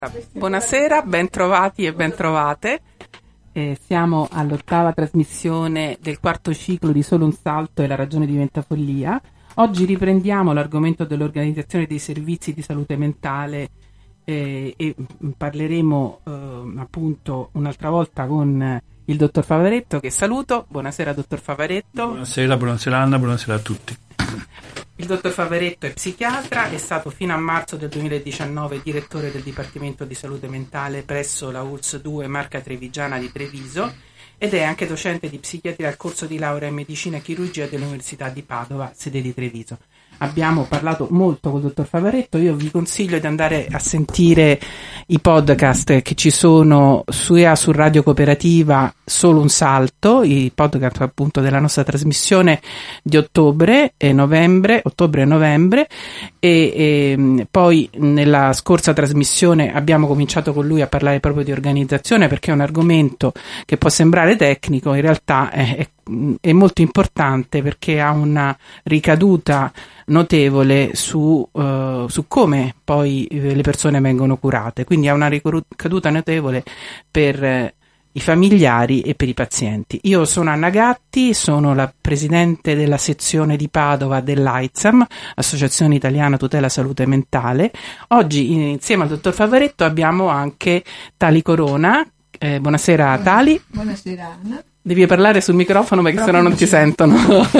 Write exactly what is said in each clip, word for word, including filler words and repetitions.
Buonasera, ben trovati e ben trovate. Eh, siamo all'ottava trasmissione del quarto ciclo di Solo un salto e la ragione diventa follia. Oggi riprendiamo l'argomento dell'organizzazione dei servizi di salute mentale eh, e parleremo eh, appunto un'altra volta con il dottor Favaretto, che saluto. Buonasera dottor Favaretto. Buonasera, buonasera Anna, buonasera a tutti. Il dottor Favaretto è psichiatra, è stato fino a marzo del duemiladiciannove direttore del Dipartimento di Salute Mentale presso la U L S S due Marca Trevigiana di Treviso ed è anche docente di psichiatria al corso di laurea in medicina e chirurgia dell'Università di Padova, sede di Treviso. Abbiamo parlato molto col dottor Favaretto, io vi consiglio di andare a sentire i podcast che ci sono sia su Radio Cooperativa Solo un salto, i podcast appunto della nostra trasmissione di ottobre e novembre, ottobre e novembre e, e poi nella scorsa trasmissione abbiamo cominciato con lui a parlare proprio di organizzazione, perché è un argomento che può sembrare tecnico, in realtà è, è è molto importante perché ha una ricaduta notevole su, uh, su come poi le persone vengono curate, quindi ha una ricaduta notevole per uh, i familiari e per i pazienti. Io sono Anna Gatti, sono la presidente della sezione di Padova dell'AIDSAM, Associazione Italiana Tutela Salute Mentale. Oggi insieme al dottor Favaretto abbiamo anche Tali Corona. Eh, buonasera Tali. Buonasera Anna. Devi parlare sul microfono perché sennò non ti sentono.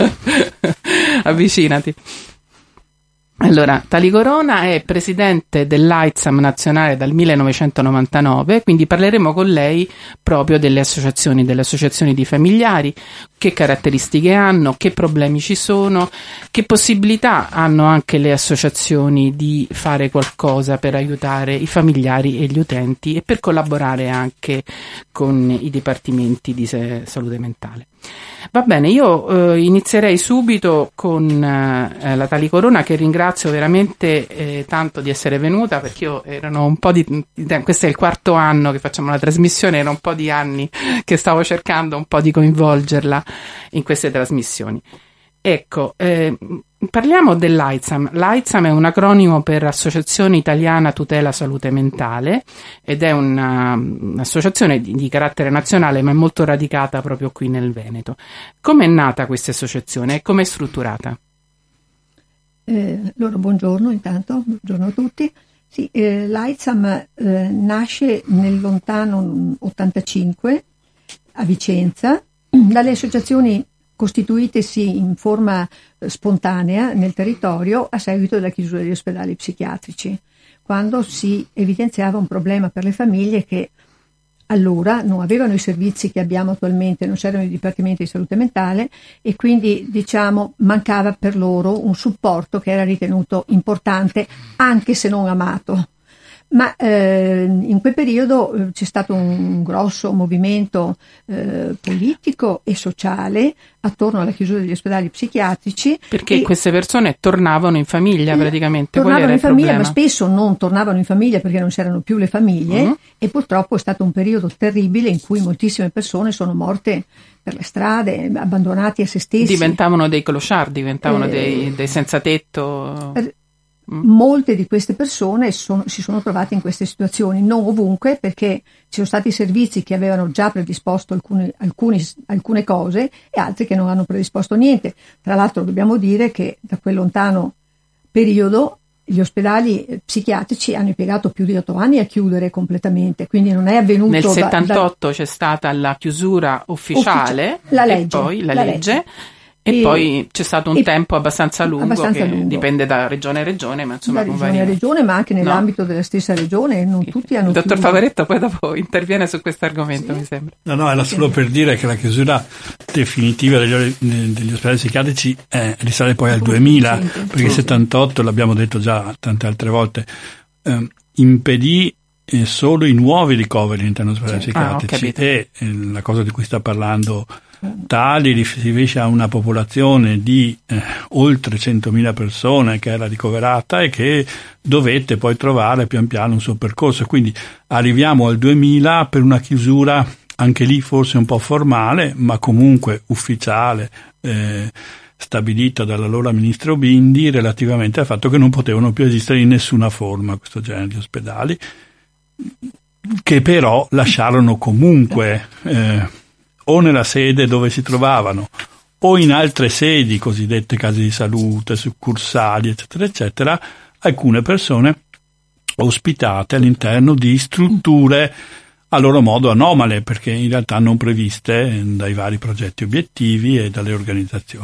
Avvicinati. Allora, Tali Corona è presidente dell'AIDSAM nazionale dal millenovecentonovantanove, quindi parleremo con lei proprio delle associazioni, delle associazioni di familiari, che caratteristiche hanno, che problemi ci sono, che possibilità hanno anche le associazioni di fare qualcosa per aiutare i familiari e gli utenti e per collaborare anche con i dipartimenti di salute mentale. Va bene, io eh, inizierei subito con eh, la Tali Corona, che ringrazio veramente eh, tanto di essere venuta, perché io erano un po' di, di questo è il quarto anno che facciamo la trasmissione, era un po' di anni che stavo cercando un po' di coinvolgerla in queste trasmissioni. Ecco, eh, parliamo dell'AIDSAM. L'AIDSAM è un acronimo per Associazione Italiana Tutela Salute Mentale ed è una, un'associazione di, di carattere nazionale, ma è molto radicata proprio qui nel Veneto. Come è nata questa associazione e come è strutturata? Eh, allora, buongiorno intanto, buongiorno a tutti. Sì, eh, l'AIDSAM eh, nasce nel lontano ottantacinque a Vicenza dalle associazioni costituitesi in forma spontanea nel territorio a seguito della chiusura degli ospedali psichiatrici, quando si evidenziava un problema per le famiglie che allora non avevano i servizi che abbiamo attualmente, non c'erano i dipartimenti di salute mentale e quindi diciamo mancava per loro un supporto che era ritenuto importante anche se non amato. Ma eh, in quel periodo eh, c'è stato un grosso movimento eh, politico e sociale attorno alla chiusura degli ospedali psichiatrici. Perché queste persone tornavano in famiglia praticamente. Tornavano Qual era in famiglia, problema? ma spesso non tornavano in famiglia perché non c'erano più le famiglie uh-huh. e purtroppo è stato un periodo terribile in cui moltissime persone sono morte per le strade, abbandonati a se stessi. Diventavano dei clochard, diventavano eh, dei, dei senza tetto. Per, Molte di queste persone sono, si sono trovate in queste situazioni, non ovunque, perché ci sono stati servizi che avevano già predisposto alcune, alcuni, alcune cose e altri che non hanno predisposto niente. Tra l'altro dobbiamo dire che da quel lontano periodo gli ospedali psichiatrici hanno impiegato più di otto anni a chiudere completamente, quindi non è avvenuto... Nel settantotto da, c'è stata la chiusura ufficiale, uffici- la legge, e poi la, la legge... legge. E, e poi c'è stato un e, tempo abbastanza lungo, abbastanza che lungo. dipende da regione a regione, ma insomma da regione a regione, ma anche nell'ambito no. della stessa regione, non tutti hanno. Il dottor chiuso. Favaretto poi dopo interviene su questo argomento, sì. mi sembra. No, no, era solo per dire che la chiusura definitiva degli, degli ospedali psichiatrici eh, risale poi al duemila, perché il settantotto, l'abbiamo detto già tante altre volte, eh, impedì eh, solo i nuovi ricoveri all'interno degli ospedali psichiatrici ah, e eh, la cosa di cui sta parlando Tali si riferisce a una popolazione di eh, oltre centomila persone che era ricoverata e che dovette poi trovare pian piano un suo percorso. Quindi arriviamo al duemila per una chiusura anche lì forse un po' formale, ma comunque ufficiale, eh, stabilita dall'allora ministro Bindi relativamente al fatto che non potevano più esistere in nessuna forma questo genere di ospedali. che però lasciarono comunque eh, o nella sede dove si trovavano o in altre sedi, cosiddette case di salute, succursali, eccetera, eccetera, alcune persone ospitate all'interno di strutture a loro modo anomale, perché in realtà non previste dai vari progetti obiettivi e dalle organizzazioni.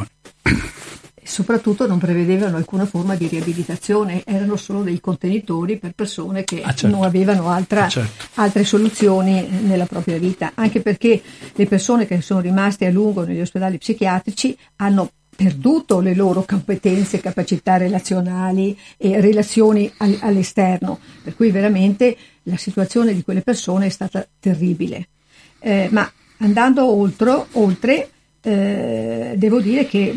Soprattutto non prevedevano alcuna forma di riabilitazione, erano solo dei contenitori per persone che ah, certo. non avevano altra, ah, certo. altre soluzioni nella propria vita, anche perché le persone che sono rimaste a lungo negli ospedali psichiatrici hanno perduto le loro competenze, capacità relazionali e relazioni all- all'esterno, per cui veramente la situazione di quelle persone è stata terribile. Eh, ma andando oltre, oltre Eh, devo dire che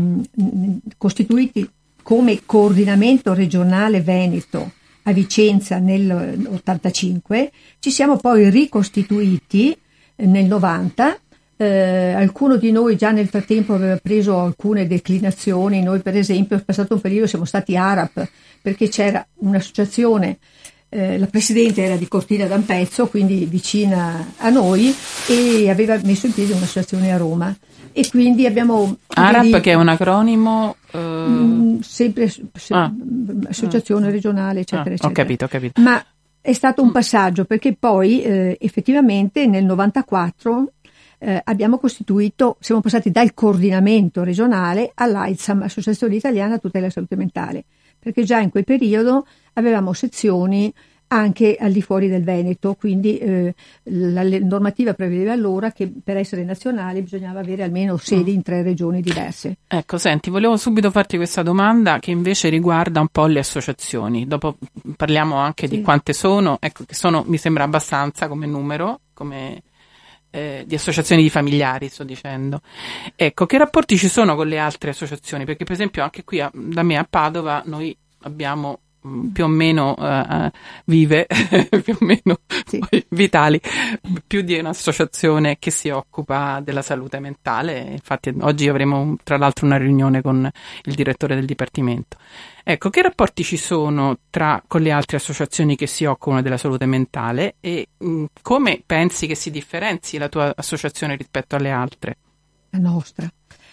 mh, costituiti come coordinamento regionale Veneto a Vicenza nel ottantacinque, ci siamo poi ricostituiti eh, nel novanta. Eh, alcuno di noi già nel frattempo aveva preso alcune declinazioni. Noi per esempio è passato un periodo siamo stati A R A P, perché c'era un'associazione, eh, la presidente era di Cortina d'Ampezzo, quindi vicina a noi, e aveva messo in piedi un'associazione a Roma. E quindi abbiamo A R A P, che è un acronimo uh... mh, sempre se, ah. associazione ah. regionale eccetera ah, eccetera. Ho capito, ho capito. Ma è stato un passaggio, perché poi eh, effettivamente nel novantaquattro eh, abbiamo costituito, siamo passati dal coordinamento regionale all'AIDSAM, Associazione Italiana Tutela della Salute Mentale, perché già in quel periodo avevamo sezioni anche al di fuori del Veneto, quindi eh, la normativa prevedeva allora che per essere nazionali bisognava avere almeno sedi in tre regioni diverse. Ecco, senti, volevo subito farti questa domanda che invece riguarda un po' le associazioni. Dopo parliamo anche sì. di quante sono, ecco, che sono, mi sembra abbastanza come numero, come eh, di associazioni di familiari, sto dicendo. Ecco, che rapporti ci sono con le altre associazioni? Perché per esempio anche qui a, da me a Padova noi abbiamo più o meno uh, vive, più o meno sì. vitali, più di un'associazione che si occupa della salute mentale. Infatti oggi avremo tra l'altro una riunione con il direttore del dipartimento. Ecco, che rapporti ci sono tra con le altre associazioni che si occupano della salute mentale e mh, come pensi che si differenzi la tua associazione rispetto alle altre? La nostra.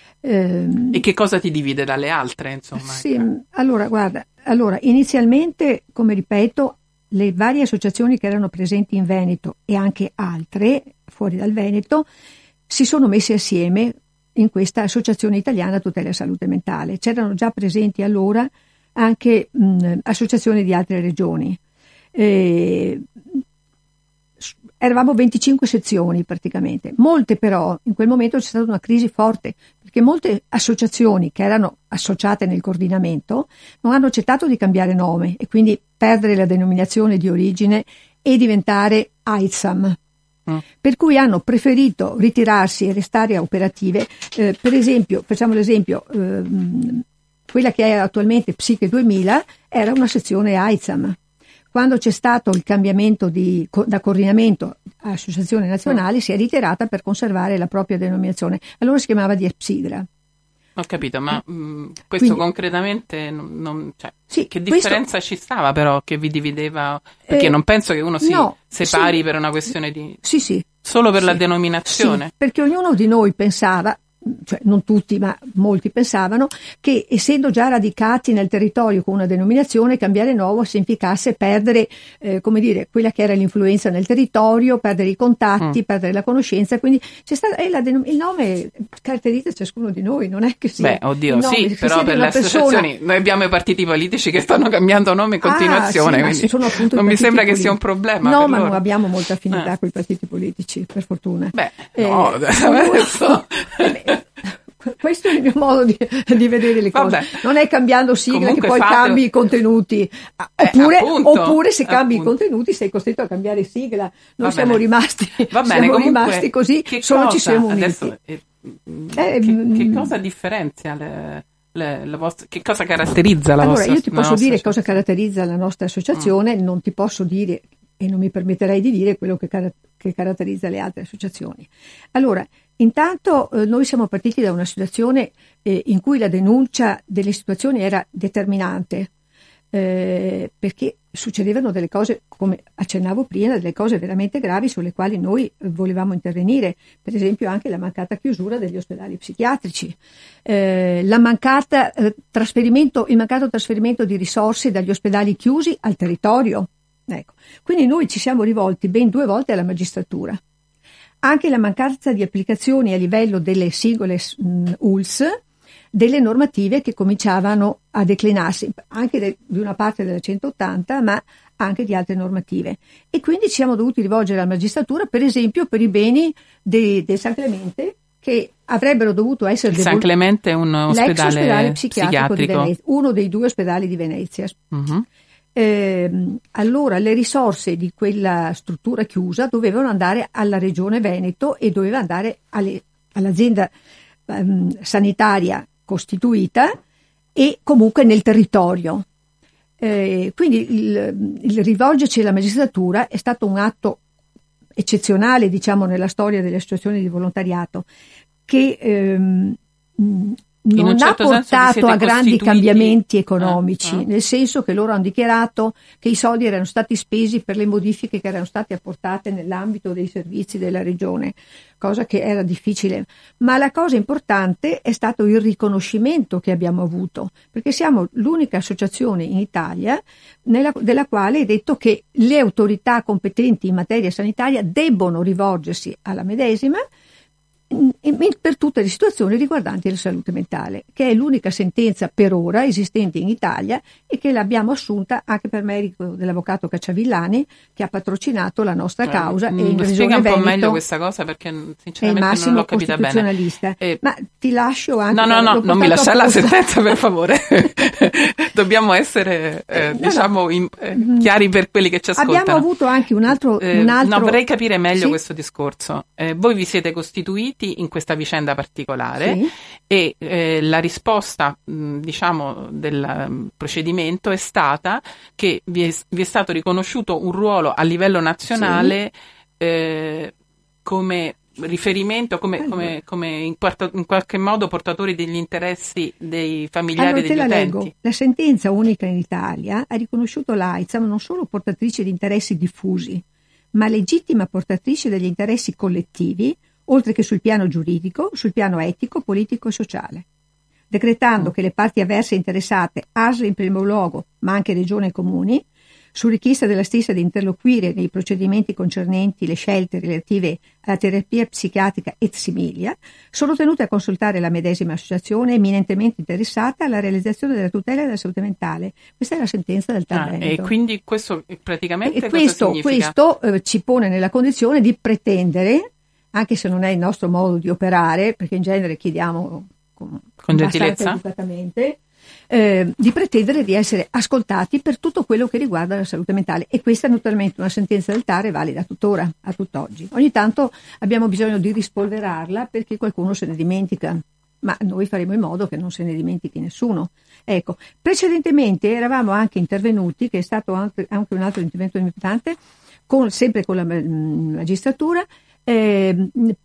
Ehm, e che cosa ti divide dalle altre, insomma? Sì, allora guarda, allora inizialmente, come ripeto, le varie associazioni che erano presenti in Veneto e anche altre fuori dal Veneto si sono messe assieme in questa Associazione Italiana Tutela della Salute Mentale. C'erano già presenti allora anche mh, associazioni di altre regioni. Eh, Eravamo venticinque sezioni praticamente, molte però in quel momento c'è stata una crisi forte, perché molte associazioni che erano associate nel coordinamento non hanno accettato di cambiare nome e quindi perdere la denominazione di origine e diventare AIDSAM. Mm. Per cui hanno preferito ritirarsi e restare operative. Eh, per esempio, facciamo l'esempio, ehm, quella che è attualmente Psiche duemila era una sezione AIDSAM. Quando c'è stato il cambiamento di, da coordinamento a associazione nazionale, mm. si è ritirata per conservare la propria denominazione. Allora si chiamava di Epsidra. Ho capito, ma mh, questo Quindi, concretamente non, non cioè, sì, che differenza questo, ci stava però che vi divideva? Perché eh, non penso che uno si no, separi sì, per una questione di sì, sì, solo per sì, la denominazione. Sì, perché ognuno di noi pensava, cioè non tutti ma molti pensavano che essendo già radicati nel territorio con una denominazione, cambiare nome significasse perdere eh, come dire quella che era l'influenza nel territorio, perdere i contatti, mm. perdere la conoscenza, quindi c'è stata eh, la denom- il nome caratterizza ciascuno di noi, non è che sia beh oddio sì, però per le associazioni persona... noi abbiamo i partiti politici che stanno cambiando nome in continuazione, ah, sì, quindi sono non mi sembra che politici. sia un problema no per ma loro. non abbiamo molta affinità eh. con i partiti politici, per fortuna. Beh no, eh, adesso questo è il mio modo di, di vedere le cose. Vabbè. Non è cambiando sigla Comunque che poi fate... cambi i contenuti, oppure, eh, oppure se cambi appunto. i contenuti sei costretto a cambiare sigla. Noi Va siamo bene. rimasti, Va bene. siamo Comunque, rimasti così, solo cosa, ci siamo uniti. Adesso, eh, eh, che, che cosa differenzia le, le, la vostra, che cosa caratterizza la allora, vostra? Allora io ti posso dire cosa caratterizza la nostra associazione, mm. non ti posso dire e non mi permetterei di dire quello che, car- che caratterizza le altre associazioni. Allora, intanto eh, noi siamo partiti da una situazione eh, in cui la denuncia delle situazioni era determinante, eh, perché succedevano delle cose, come accennavo prima, delle cose veramente gravi sulle quali noi volevamo intervenire, per esempio anche la mancata chiusura degli ospedali psichiatrici, eh, la mancata eh, trasferimento, il mancato trasferimento di risorse dagli ospedali chiusi al territorio. Ecco. Quindi noi ci siamo rivolti ben due volte alla magistratura. Anche la mancanza di applicazioni a livello delle singole mh, U L S delle normative che cominciavano a declinarsi, anche de, di una parte della centottanta, ma anche di altre normative. E quindi ci siamo dovuti rivolgere alla magistratura, per esempio, per i beni del de San Clemente, che avrebbero dovuto essere devoluti. San Clemente è un ospedale, l'ex ospedale psichiatrico, psichiatrico. Di Venezia, uno dei due ospedali di Venezia. Uh-huh. Eh, allora le risorse di quella struttura chiusa dovevano andare alla Regione Veneto e doveva andare alle, all'azienda um, sanitaria costituita e comunque nel territorio. Eh, quindi il, il rivolgerci alla magistratura è stato un atto eccezionale, diciamo, nella storia delle associazioni di volontariato, che ehm, non certo ha portato a grandi cambiamenti economici, ah, ah. nel senso che loro hanno dichiarato che i soldi erano stati spesi per le modifiche che erano state apportate nell'ambito dei servizi della regione, cosa che era difficile. Ma la cosa importante è stato il riconoscimento che abbiamo avuto, perché siamo l'unica associazione in Italia nella, della quale è detto che le autorità competenti in materia sanitaria debbono rivolgersi alla medesima per tutte le situazioni riguardanti la salute mentale, che è l'unica sentenza per ora esistente in Italia e che l'abbiamo assunta anche per merito dell'avvocato Cacciavillani, che ha patrocinato la nostra causa. Eh, e in spiega un Veneto po' meglio questa cosa, perché sinceramente non l'ho capita bene. Eh, ma ti lascio anche no no no non mi lasciare la sentenza, per favore. Dobbiamo essere eh, no, diciamo no. In, eh, chiari per quelli che ci ascoltano. Abbiamo avuto anche un altro, eh, un altro... no, vorrei capire meglio sì? questo discorso. Eh, voi vi siete costituiti in questa vicenda particolare, sì. e eh, la risposta mh, diciamo del um, procedimento è stata che vi è, vi è stato riconosciuto un ruolo a livello nazionale, sì. eh, come riferimento, come, allora. come, come in, porta, in qualche modo portatori degli interessi dei familiari allora, degli te la utenti. Leggo. La sentenza unica in Italia ha riconosciuto l'AIDSAM non solo portatrice di interessi diffusi, ma legittima portatrice degli interessi collettivi, oltre che sul piano giuridico, sul piano etico, politico e sociale, decretando mm. che le parti avverse interessate, A S L in primo luogo, ma anche Regione e Comuni, su richiesta della stessa di interloquire nei procedimenti concernenti le scelte relative alla terapia psichiatrica et similia, sono tenute a consultare la medesima associazione eminentemente interessata alla realizzazione della tutela della salute mentale. Questa è la sentenza del TAR Veneto. Ah, e quindi questo praticamente e questo, cosa significa? Questo eh, ci pone nella condizione di pretendere, anche se non è il nostro modo di operare, perché in genere chiediamo con, con gentilezza, educatamente, eh, di pretendere di essere ascoltati per tutto quello che riguarda la salute mentale. E questa è naturalmente una sentenza del TAR valida tuttora, a tutt'oggi. Ogni tanto abbiamo bisogno di rispolverarla perché qualcuno se ne dimentica, ma noi faremo in modo che non se ne dimentichi nessuno. Ecco, precedentemente eravamo anche intervenuti, che è stato anche un altro intervento importante, con, sempre con la magistratura, Eh,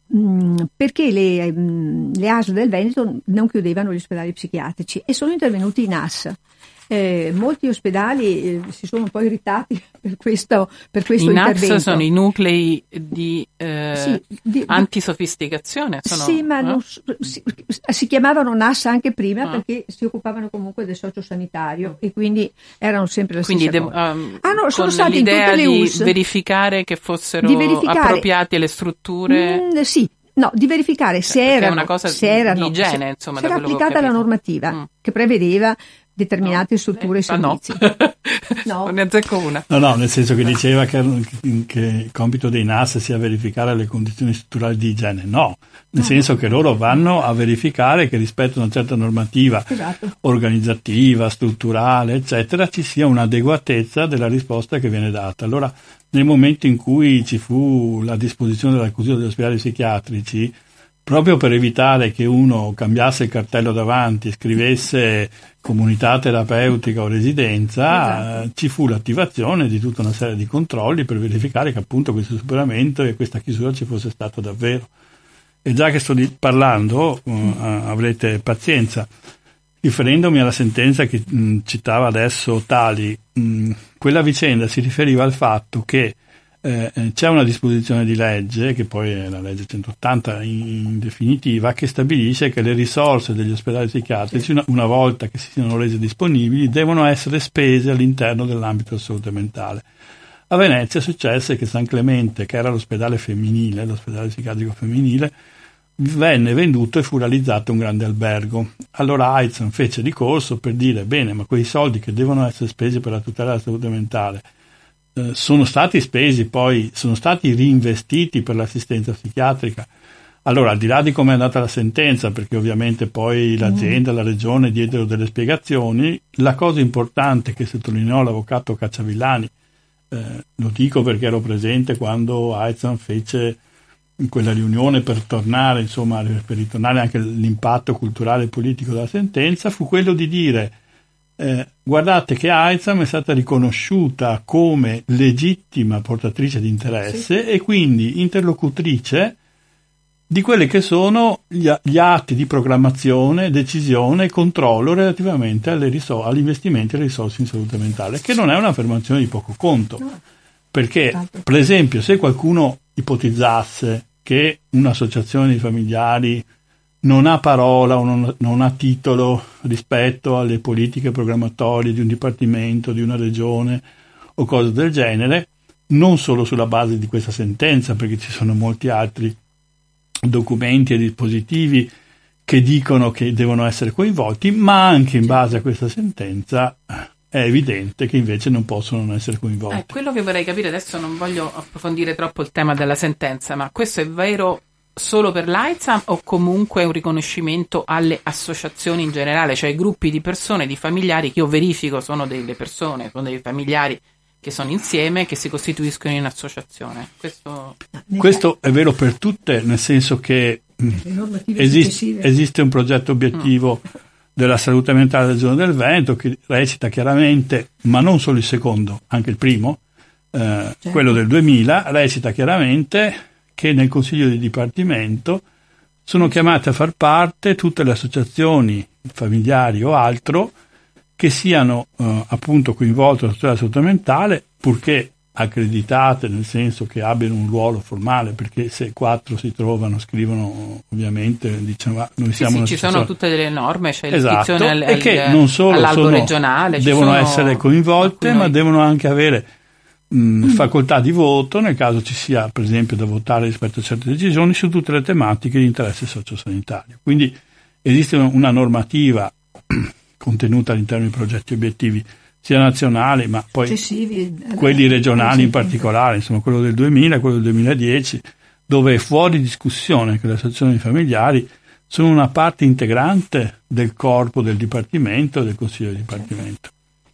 mh, perché le, mh, le A S L del Veneto non chiudevano gli ospedali psichiatrici e sono intervenuti i N A S. Eh, molti ospedali eh, si sono un po' irritati per questo, per questo I intervento. I N A S sono i nuclei di, eh, sì, di antisofisticazione. Sono, sì, ma eh? non, si, si chiamavano N A S anche prima ah. perché si occupavano comunque del sociosanitario e quindi erano sempre la quindi stessa devo, cosa. Um, ah, no, sono con l'idea in tutte le di U S, verificare che fossero di verificare, appropriate le strutture. Mm, sì. No, di verificare se Perché erano, è una cosa se erano, di igiene, se, insomma, se da era quello che ho applicata la capito. normativa Mm. che prevedeva determinate no. strutture eh, e servizi. No. no. Non ne azzecco una. No, no, nel senso che diceva che, che il compito dei N A S sia verificare le condizioni strutturali di igiene. No, nel no. senso che loro vanno a verificare che rispetto a una certa normativa esatto. organizzativa, strutturale, eccetera, ci sia un'adeguatezza della risposta che viene data. Allora, nel momento in cui ci fu la disposizione della chiusura degli ospedali psichiatrici, proprio per evitare che uno cambiasse il cartello davanti, scrivesse comunità terapeutica o residenza, esatto. eh, ci fu l'attivazione di tutta una serie di controlli per verificare che appunto questo superamento e questa chiusura ci fosse stato davvero. E già che sto di- parlando, uh, avrete pazienza. riferendomi alla sentenza che mh, citava adesso Tali, mh, quella vicenda si riferiva al fatto che eh, c'è una disposizione di legge, che poi è la legge centottanta in, in definitiva, che stabilisce che le risorse degli ospedali psichiatrici, una, una volta che si siano rese disponibili, devono essere spese all'interno dell'ambito della salute mentale. A Venezia successe che San Clemente, che era l'ospedale femminile, l'ospedale psichiatrico femminile, venne venduto e fu realizzato un grande albergo. Allora Aitzman fece ricorso per dire: bene, ma quei soldi che devono essere spesi per la tutela della salute mentale eh, sono stati spesi, poi sono stati reinvestiti per l'assistenza psichiatrica. Allora, al di là di come è andata la sentenza, perché ovviamente poi l'azienda, la regione diedero delle spiegazioni, la cosa importante che sottolineò l'avvocato Cacciavillani, eh, lo dico perché ero presente quando Aitzman fece in quella riunione per tornare, insomma, per ritornare anche l'impatto culturale e politico della sentenza, fu quello di dire eh, guardate che Aitzman è stata riconosciuta come legittima portatrice di interesse, sì, e quindi interlocutrice di quelli che sono gli, gli atti di programmazione, decisione e controllo relativamente alle risor- agli investimenti e alle risorse in salute mentale, che non è un'affermazione di poco conto, no. Perché, per esempio, se qualcuno ipotizzasse che un'associazione di familiari non ha parola o non, non ha titolo rispetto alle politiche programmatorie di un dipartimento, di una regione o cose del genere, non solo sulla base di questa sentenza, perché ci sono molti altri documenti e dispositivi che dicono che devono essere coinvolti, ma anche in base a questa sentenza è evidente che invece non possono non essere coinvolti. Eh, quello che vorrei capire, adesso non voglio approfondire troppo il tema della sentenza, ma questo è vero solo per l'Aitzman o comunque è un riconoscimento alle associazioni in generale, cioè gruppi di persone, di familiari che io verifico sono delle persone, sono dei familiari che sono insieme, che si costituiscono in associazione. Questo, Questo è vero per tutte, nel senso che esiste, esiste un progetto obiettivo mm. della salute mentale del Regione del Veneto che recita chiaramente, ma non solo il secondo, anche il primo, eh, certo. quello del duemila, recita chiaramente che nel Consiglio di Dipartimento sono chiamate a far parte tutte le associazioni familiari o altro che siano eh, appunto coinvolte nella tutela della salute mentale, purché accreditate, nel senso che abbiano un ruolo formale, perché se quattro si trovano, scrivono, ovviamente diciamo noi siamo sì, sì, ci sono tutte delle norme, c'è esatto, l'iscrizione al, e che al, non solo all'albo sono, regionale, devono sono essere coinvolte, ma noi... devono anche avere mh, mm. facoltà di voto nel caso ci sia, per esempio, da votare rispetto a certe decisioni su tutte le tematiche di interesse sociosanitario. Quindi esiste una normativa contenuta all'interno dei progetti obiettivi sia nazionali ma poi quelli regionali in particolare, insomma quello del duemila, quello del duemiladieci, dove è fuori discussione che le associazioni familiari sono una parte integrante del corpo del Dipartimento e del Consiglio di Dipartimento.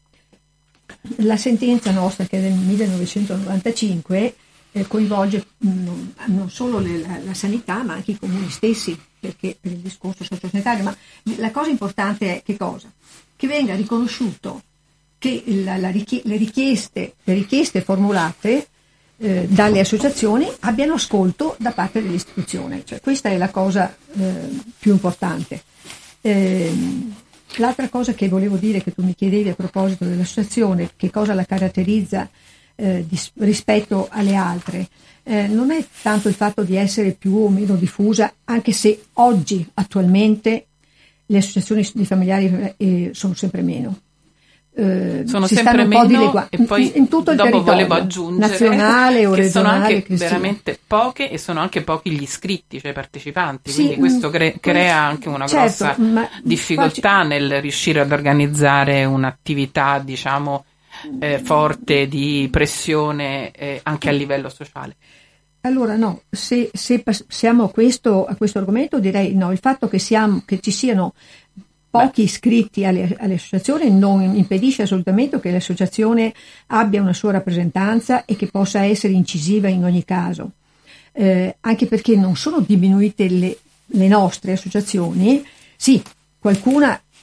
La sentenza nostra, che è del millenovecentonovantacinque, eh, coinvolge non, non solo le, la, la sanità ma anche i comuni stessi, perché per il discorso sociosanitario, ma la cosa importante è che cosa? Che venga riconosciuto che la, la richie- le, richieste, le richieste formulate eh, dalle associazioni abbiano ascolto da parte dell'istituzione, cioè questa è la cosa eh, più importante. Eh, l'altra cosa che volevo dire, che tu mi chiedevi a proposito dell'associazione, che cosa la caratterizza eh, di, rispetto alle altre, eh, non è tanto il fatto di essere più o meno diffusa, anche se oggi attualmente le associazioni di familiari eh, sono sempre meno. Eh, sono sempre meno dilegua- e poi in, in tutto il dopo volevo aggiungere nazionale o che sono anche cristiano. veramente poche e sono anche pochi gli iscritti, cioè i partecipanti, sì, quindi questo cre- crea anche una certo, grossa ma difficoltà c- nel riuscire ad organizzare un'attività diciamo eh, forte di pressione eh, anche a livello sociale. Allora no, se, se passiamo a questo, a questo argomento direi no, il fatto che, siamo, che ci siano pochi Beh. iscritti alle, alle associazioni non impedisce assolutamente che l'associazione abbia una sua rappresentanza e che possa essere incisiva in ogni caso, eh, anche perché non sono diminuite le, le nostre associazioni, sì, qualcuna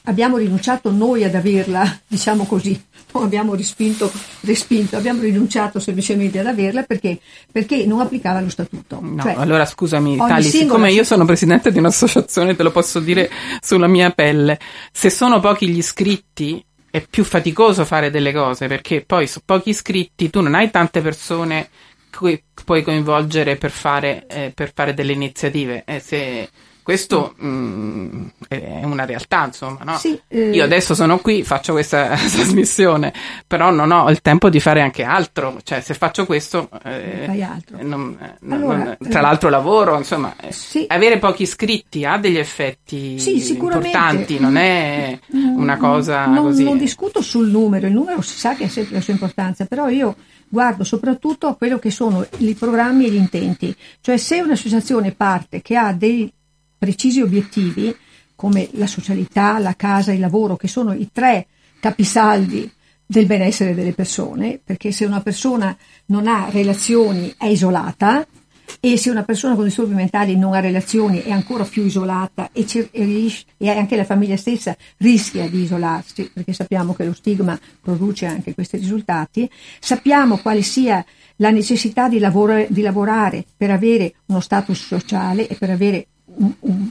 abbiamo rinunciato noi ad averla, diciamo così, non abbiamo respinto, respinto, abbiamo rinunciato semplicemente ad averla perché, perché non applicava lo statuto. No, cioè, allora scusami Tali, singola... siccome io sono presidente di un'associazione, te lo posso dire sulla mia pelle, se sono pochi gli iscritti è più faticoso fare delle cose, perché poi su pochi iscritti tu non hai tante persone che puoi coinvolgere per fare, eh, per fare delle iniziative. E se questo mh, è una realtà, insomma, no? Sì, eh... Io adesso sono qui, faccio questa trasmissione, però non ho il tempo di fare anche altro, cioè se faccio questo, eh, fai altro. Non, eh, allora, non, tra l'altro lavoro, insomma, sì. Avere pochi iscritti ha degli effetti sì, importanti, non è una cosa non, così. Non discuto sul numero, il numero si sa che ha sempre la sua importanza, però io guardo soprattutto a quello che sono i programmi e gli intenti, cioè se un'associazione parte che ha dei precisi obiettivi come la socialità, la casa, il lavoro, che sono i tre capisaldi del benessere delle persone, perché se una persona non ha relazioni è isolata, e se una persona con disturbi mentali non ha relazioni è ancora più isolata e, ci, e, e anche la famiglia stessa rischia di isolarsi, perché sappiamo che lo stigma produce anche questi risultati. Sappiamo quale sia la necessità di, lavoro, di lavorare per avere uno status sociale e per avere un, un,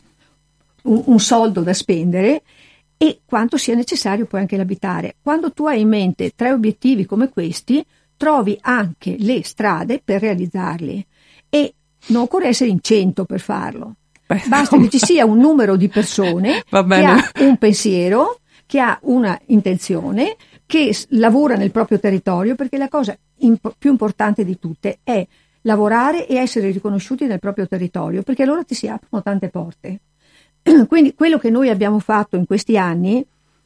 un, un soldo da spendere, e quanto sia necessario poi anche l'abitare. Quando tu hai in mente tre obiettivi come questi, trovi anche le strade per realizzarli. E non occorre essere in cento per farlo. Beh, basta no. che ci sia un numero di persone che ha un pensiero, che ha una intenzione, che lavora nel proprio territorio, perché la cosa imp- più importante di tutte è lavorare e essere riconosciuti nel proprio territorio, perché allora ti si aprono tante porte. Quindi quello che noi abbiamo fatto in questi anni,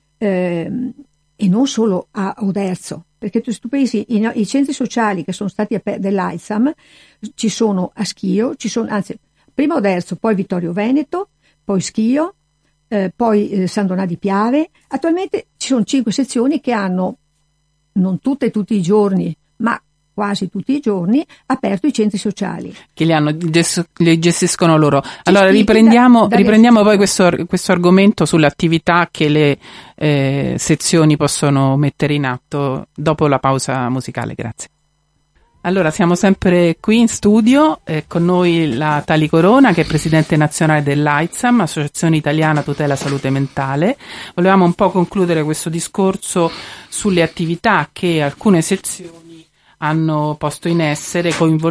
ehm, e non solo a Oderzo, perché tu, tu pensi i, i centri sociali che sono stati aperti dell'A I S A M ci sono a Schio, ci sono, anzi prima Oderzo, poi Vittorio Veneto, poi Schio, eh, poi eh, San Donà di Piave. Attualmente ci sono cinque sezioni che hanno, non tutte tutti i giorni, ma quasi tutti i giorni, aperto i centri sociali. Che li, hanno, li gestiscono loro. Allora riprendiamo, da, riprendiamo poi questo, questo argomento sulle attività che le eh, sezioni possono mettere in atto dopo la pausa musicale. Grazie. Allora siamo sempre qui in studio, eh, con noi la Tali Corona, che è presidente nazionale dell'A I S A M, Associazione Italiana Tutela Salute Mentale. Volevamo un po' concludere questo discorso sulle attività che alcune sezioni hanno posto in essere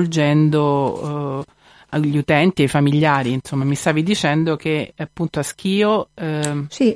coinvolgendo uh, gli utenti e i familiari. Insomma, mi stavi dicendo che appunto a Schio uh, sì,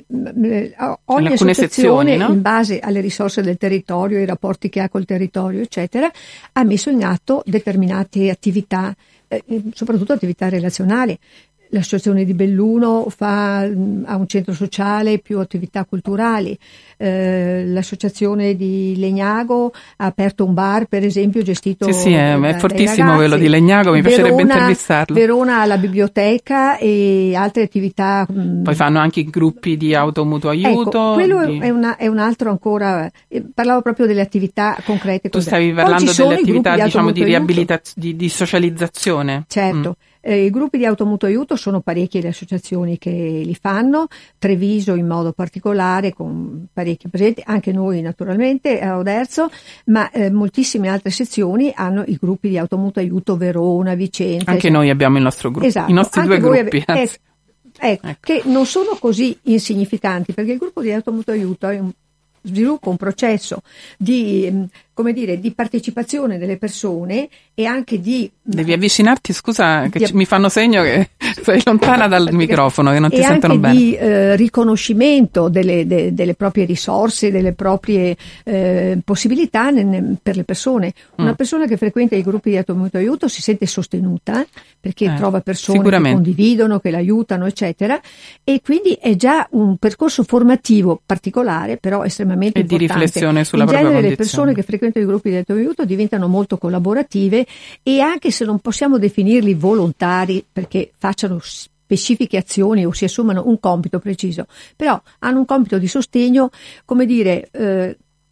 ogni associazione sezioni, no? In base alle risorse del territorio, ai rapporti che ha col territorio, eccetera, ha messo in atto determinate attività, eh, soprattutto attività relazionali. L'associazione di Belluno fa, ha un centro sociale più attività culturali, eh, l'associazione di Legnago ha aperto un bar, per esempio, gestito sì sì è, da, è fortissimo quello di Legnago, mi Verona, piacerebbe intervistarlo. Verona ha la biblioteca e altre attività. Poi fanno anche i gruppi di automutuo aiuto. Ecco, quello di... è, una, è un altro ancora, eh, parlavo proprio delle attività concrete. Tu stavi parlando delle attività diciamo di riabilitazione, di, di socializzazione. Certo. Mm. Eh, I gruppi di automutuo aiuto sono parecchie le associazioni che li fanno, Treviso in modo particolare con parecchie presenti, anche noi naturalmente a Oderzo, ma eh, moltissime altre sezioni hanno i gruppi di automutuo aiuto, Verona, Vicenza. Anche eccetera. Noi abbiamo il nostro gruppo, esatto. i nostri anche due gruppi. Ave- ecco, ecco, ecco, che non sono così insignificanti, perché il gruppo di automutuo aiuto è un sviluppo, un processo di, come dire, di partecipazione delle persone e anche di... Devi avvicinarti, scusa, che di, mi fanno segno che sei lontana dal microfono, che non ti sentono bene. E anche di eh, riconoscimento delle, de, delle proprie risorse, delle proprie eh, possibilità ne, per le persone. Una mm. persona che frequenta i gruppi di automutuo aiuto si sente sostenuta, perché eh, trova persone che condividono, che l'aiutano, eccetera, e quindi è già un percorso formativo particolare, però estremamente e importante. Di riflessione sulla In propria genere condizione. Le persone che frequentano i gruppi di automutuo aiuto diventano molto collaborative, e anche se non possiamo definirli volontari perché facciano specifiche azioni o si assumano un compito preciso, però hanno un compito di sostegno, come dire, eh,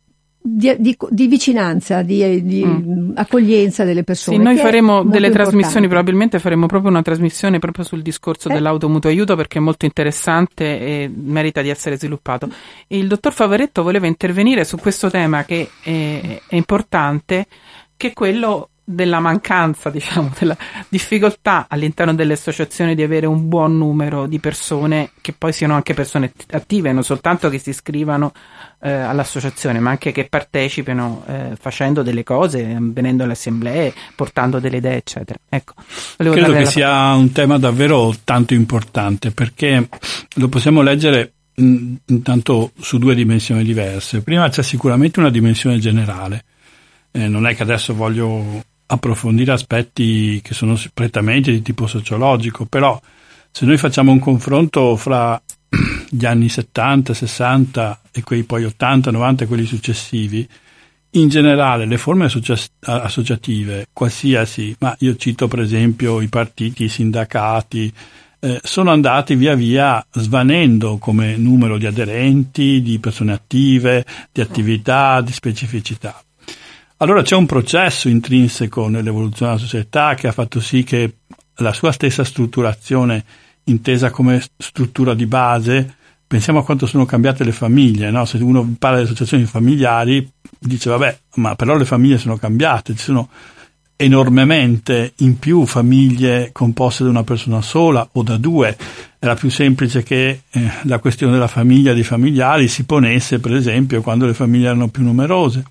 di, di, di vicinanza, di, di mm. accoglienza delle persone. Sì, noi faremo delle importante. trasmissioni, probabilmente faremo proprio una trasmissione proprio sul discorso eh. dell'automutuo aiuto, perché è molto interessante e merita di essere sviluppato. Il dottor Favaretto voleva intervenire su questo tema che è, è importante, che è quello della mancanza, diciamo, della difficoltà all'interno delle associazioni di avere un buon numero di persone che poi siano anche persone attive, non soltanto che si iscrivano eh, all'associazione, ma anche che partecipino eh, facendo delle cose, venendo alle assemblee, portando delle idee, eccetera. Ecco, credo che sia parola. Un tema davvero tanto importante, perché lo possiamo leggere mh, intanto su due dimensioni diverse. Prima c'è sicuramente una dimensione generale, eh, non è che adesso voglio approfondire aspetti che sono prettamente di tipo sociologico, però se noi facciamo un confronto fra gli anni settanta, sessanta e quei poi ottanta, novanta e quelli successivi, in generale le forme associ- associative qualsiasi, ma io cito per esempio i partiti, i sindacati, eh, sono andati via via svanendo come numero di aderenti, di persone attive, di attività, di specificità. Allora c'è un processo intrinseco nell'evoluzione della società che ha fatto sì che la sua stessa strutturazione, intesa come struttura di base, pensiamo a quanto sono cambiate le famiglie, no? Se uno parla di associazioni familiari dice vabbè, ma però le famiglie sono cambiate, ci sono enormemente in più famiglie composte da una persona sola o da due. Era più semplice che eh, la questione della famiglia, dei familiari, si ponesse per esempio quando le famiglie erano più numerose.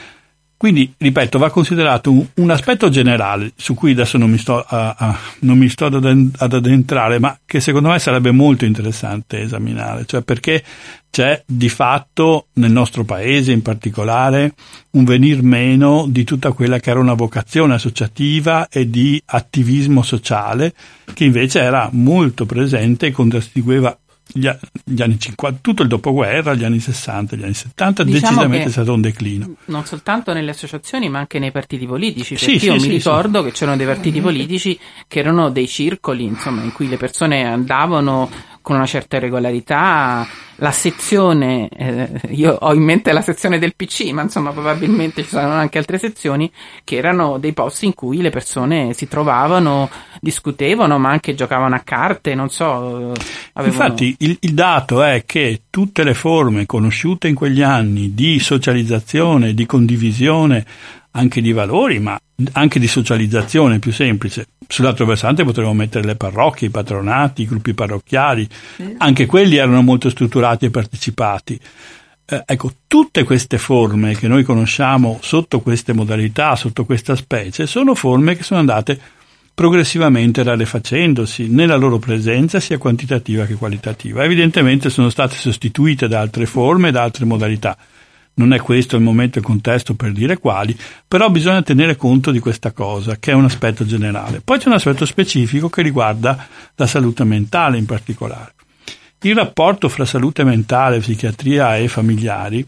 Quindi, ripeto, va considerato un, un aspetto generale su cui adesso non mi sto, a, a, non mi sto ad, ad addentrare, ma che secondo me sarebbe molto interessante esaminare, cioè perché c'è di fatto nel nostro paese in particolare un venir meno di tutta quella che era una vocazione associativa e di attivismo sociale che invece era molto presente e contraddistingueva Gli, gli anni cinquanta, tutto il dopoguerra, gli anni sessanta, gli anni settanta, diciamo decisamente è stato un declino. Non soltanto nelle associazioni, ma anche nei partiti politici, perché sì, io sì, mi sì, ricordo sì. che c'erano dei partiti politici che erano dei circoli, insomma, in cui le persone andavano con una certa regolarità. La sezione, eh, io ho in mente la sezione del P C, ma insomma probabilmente ci saranno anche altre sezioni, che erano dei posti in cui le persone si trovavano, discutevano, ma anche giocavano a carte, non so. Avevano... Infatti il, il dato è che tutte le forme conosciute in quegli anni di socializzazione, di condivisione, anche di valori, ma anche di socializzazione più semplice. Sull'altro versante potremmo mettere le parrocchie, i patronati, i gruppi parrocchiali, sì. Anche quelli erano molto strutturati e partecipati. Eh, ecco, tutte queste forme che noi conosciamo sotto queste modalità, sotto questa specie, sono forme che sono andate progressivamente rarefacendosi nella loro presenza sia quantitativa che qualitativa. Evidentemente sono state sostituite da altre forme, da altre modalità. Non è questo il momento e il contesto per dire quali, però bisogna tenere conto di questa cosa, che è un aspetto generale. Poi c'è un aspetto specifico che riguarda la salute mentale in particolare. Il rapporto fra salute mentale, psichiatria e familiari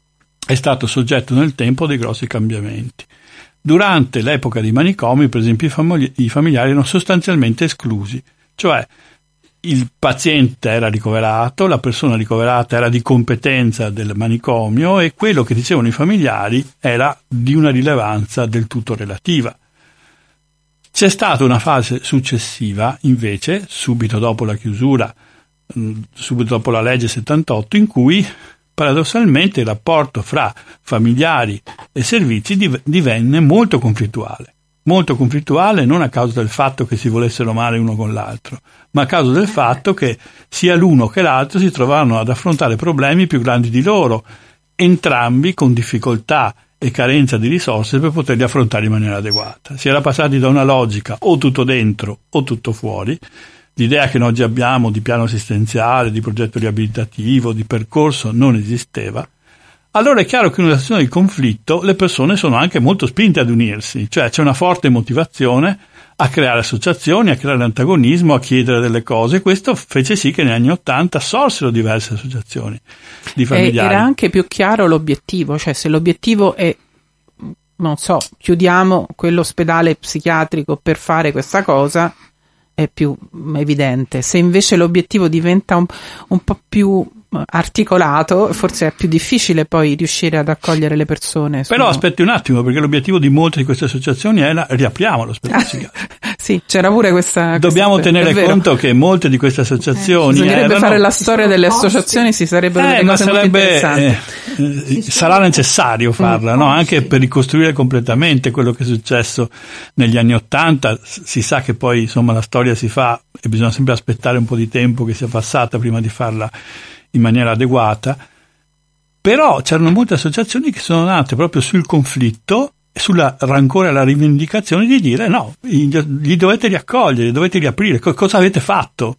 è stato soggetto nel tempo dei grossi cambiamenti. Durante l'epoca dei manicomi, per esempio, i, famigli- i familiari erano sostanzialmente esclusi, cioè il paziente era ricoverato, la persona ricoverata era di competenza del manicomio e quello che dicevano i familiari era di una rilevanza del tutto relativa. C'è stata una fase successiva, invece, subito dopo la chiusura, subito dopo la legge settantotto, in cui paradossalmente il rapporto fra familiari e servizi divenne molto conflittuale. Molto conflittuale non a causa del fatto che si volessero male uno con l'altro, ma a causa del fatto che sia l'uno che l'altro si trovavano ad affrontare problemi più grandi di loro, entrambi con difficoltà e carenza di risorse per poterli affrontare in maniera adeguata. Si era passati da una logica o tutto dentro o tutto fuori. L'idea che noi oggi abbiamo di piano assistenziale, di progetto riabilitativo, di percorso non esisteva. Allora è chiaro che in una situazione di conflitto le persone sono anche molto spinte ad unirsi, cioè c'è una forte motivazione a creare associazioni, a creare antagonismo, a chiedere delle cose. Questo fece sì che negli anni Ottanta sorsero diverse associazioni di familiari. Era anche più chiaro l'obiettivo, cioè se l'obiettivo è, non so, chiudiamo quell'ospedale psichiatrico per fare questa cosa, è più evidente. Se invece l'obiettivo diventa un, un po' più articolato, forse è più difficile poi riuscire ad accogliere le persone. Però sono... aspetti un attimo, perché l'obiettivo di molte di queste associazioni è la riapriamo l'ospedale psichiatrico. Sì, c'era pure questa... Dobbiamo questa, tenere conto che molte di queste associazioni... Eh, bisognerebbe erano... fare la storia delle associazioni, si sarebbero eh, delle ma cose sarebbe, molto interessanti. Eh, sarà necessario farla, no? Anche per ricostruire completamente quello che è successo negli anni Ottanta. Si sa che poi insomma la storia si fa e bisogna sempre aspettare un po' di tempo che sia passata prima di farla in maniera adeguata. Però c'erano molte associazioni che sono nate proprio sul conflitto, sulla rancore e la rivendicazione di dire no, li dovete riaccogliere, li dovete riaprire, cosa avete fatto?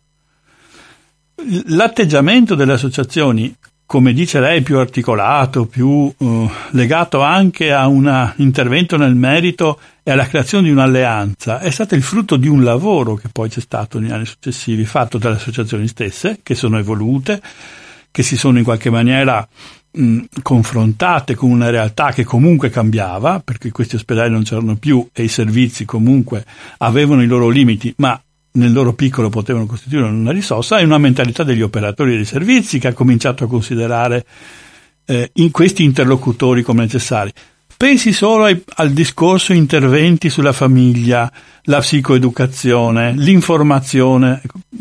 L'atteggiamento delle associazioni, come dice lei, più articolato, più uh, legato anche a un intervento nel merito e alla creazione di un'alleanza, è stato il frutto di un lavoro che poi c'è stato negli anni successivi, fatto dalle associazioni stesse, che sono evolute, che si sono in qualche maniera mh, confrontate con una realtà che comunque cambiava, perché questi ospedali non c'erano più e i servizi comunque avevano i loro limiti, ma nel loro piccolo potevano costituire una risorsa, e una mentalità degli operatori dei servizi che ha cominciato a considerare eh, in questi interlocutori come necessari. Pensi solo ai, al discorso interventi sulla famiglia, la psicoeducazione, l'informazione.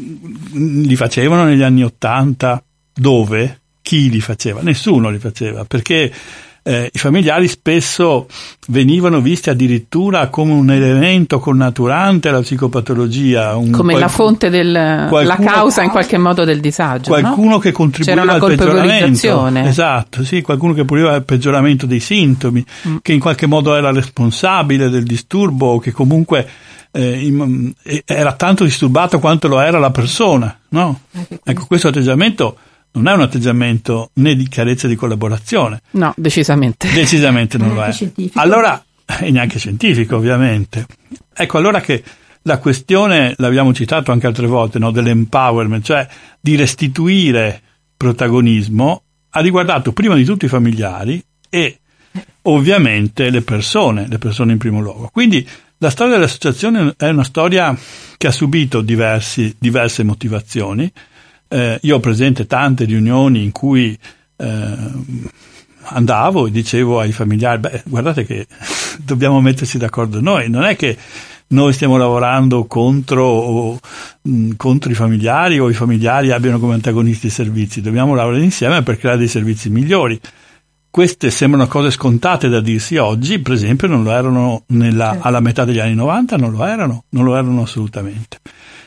Li facevano negli anni Ottanta? Dove? Chi li faceva? Nessuno li faceva, perché eh, i familiari spesso venivano visti addirittura come un elemento connaturante alla psicopatologia, un come qual- la fonte del la causa in qualche modo del disagio, qualcuno no? che contribuiva C'era una al peggioramento, colpevolizzazione. esatto, sì, qualcuno che contribuiva al peggioramento dei sintomi, mm. che in qualche modo era responsabile del disturbo, o che comunque eh, in, era tanto disturbato quanto lo era la persona, no? Ecco, questo atteggiamento non è un atteggiamento né di chiarezza di collaborazione. No, decisamente. Decisamente non lo è. Scientifico. Allora, e neanche scientifico, ovviamente. Ecco, allora che la questione, l'abbiamo citato anche altre volte, no, dell'empowerment, cioè di restituire protagonismo, ha riguardato prima di tutto i familiari e ovviamente le persone, le persone in primo luogo. Quindi la storia dell'associazione è una storia che ha subito diversi, diverse motivazioni. Eh, io ho presente tante riunioni in cui eh, andavo e dicevo ai familiari, beh, guardate che dobbiamo mettersi d'accordo noi, non è che noi stiamo lavorando contro, o, mh, contro i familiari o i familiari abbiano come antagonisti i servizi, dobbiamo lavorare insieme per creare dei servizi migliori. Queste sembrano cose scontate da dirsi oggi, per esempio non lo erano nella, alla metà degli anni novanta, non lo erano, non lo erano assolutamente.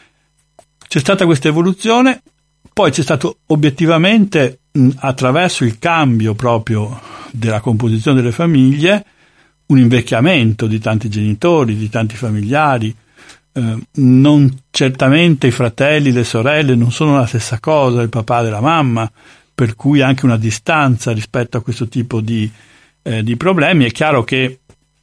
C'è stata questa evoluzione. Poi c'è stato obiettivamente, mh, attraverso il cambio proprio della composizione delle famiglie, un invecchiamento di tanti genitori, di tanti familiari. Eh, non certamente i fratelli, le sorelle non sono la stessa cosa, il papà della mamma, per cui anche una distanza rispetto a questo tipo di, eh, di problemi. È chiaro che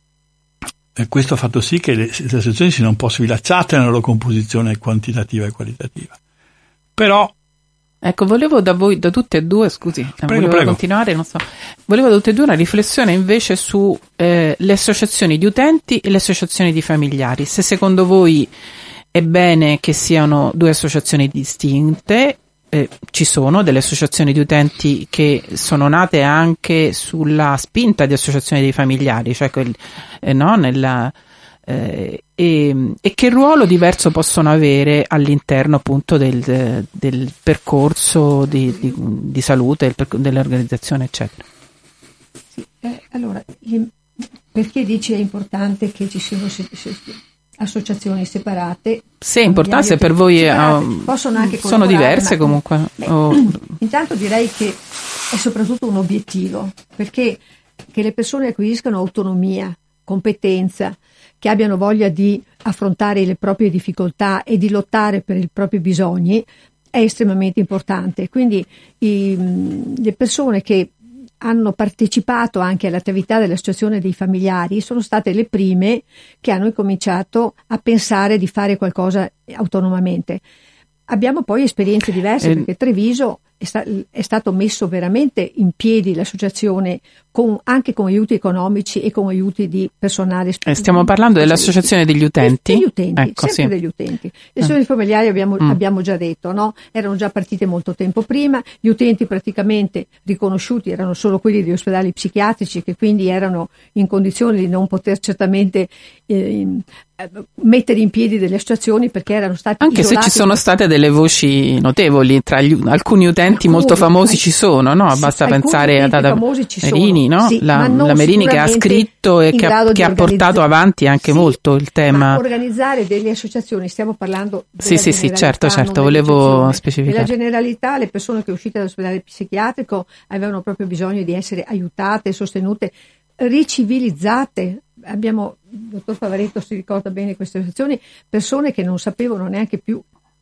eh, questo ha fatto sì che le, le associazioni siano un po' sfilacciate nella loro composizione quantitativa e qualitativa. Però ecco, volevo da voi, da tutte e due, scusi, prego, volevo prego. continuare, non so, volevo da tutte e due una riflessione invece su eh, le associazioni di utenti e le associazioni di familiari. Se secondo voi è bene che siano due associazioni distinte, eh, ci sono delle associazioni di utenti che sono nate anche sulla spinta di associazioni dei familiari, cioè quel, eh, no, nella Eh, e, e che ruolo diverso possono avere all'interno appunto del, del percorso di, di, di salute, dell'organizzazione, eccetera. Sì, eh, allora, perché dice è importante che ci siano se, se, associazioni separate? Se è importante, se per voi separate, uh, possono anche sono diverse comunque. Beh, oh. Intanto direi che è soprattutto un obiettivo, perché che le persone acquisiscano autonomia, competenza, che abbiano voglia di affrontare le proprie difficoltà e di lottare per i propri bisogni è estremamente importante. Quindi i, le persone che hanno partecipato anche all'attività dell'associazione dei familiari sono state le prime che hanno cominciato a pensare di fare qualcosa autonomamente. Abbiamo poi esperienze diverse, eh. perché Treviso è, sta- è stato messo veramente in piedi l'associazione con, anche con aiuti economici e con aiuti di personale. Eh, stiamo parlando dell'associazione degli utenti? Degli utenti, ecco, sempre sì. degli utenti. Le associazioni eh. familiari abbiamo, mm. abbiamo già detto, no? Erano già partite molto tempo prima, gli utenti praticamente riconosciuti erano solo quelli degli ospedali psichiatrici, che quindi erano in condizioni di non poter certamente eh, mettere in piedi delle associazioni, perché erano stati anche isolati. Se ci sono state delle voci notevoli tra gli, alcuni utenti alcuni, molto famosi al, ci sono, no? Sì, basta pensare ad Ada Merini, no? Sì, la, la Merini che ha scritto e che ha, che ha portato avanti anche sì, molto il tema. Ma organizzare delle associazioni, stiamo parlando della sì sì sì certo certo volevo specificare. Nella generalità le persone che uscite dall'ospedale psichiatrico avevano proprio bisogno di essere aiutate, sostenute, ricivilizzate. Abbiamo, il dottor Favaretto si ricorda bene queste situazioni, persone che non sapevano neanche più,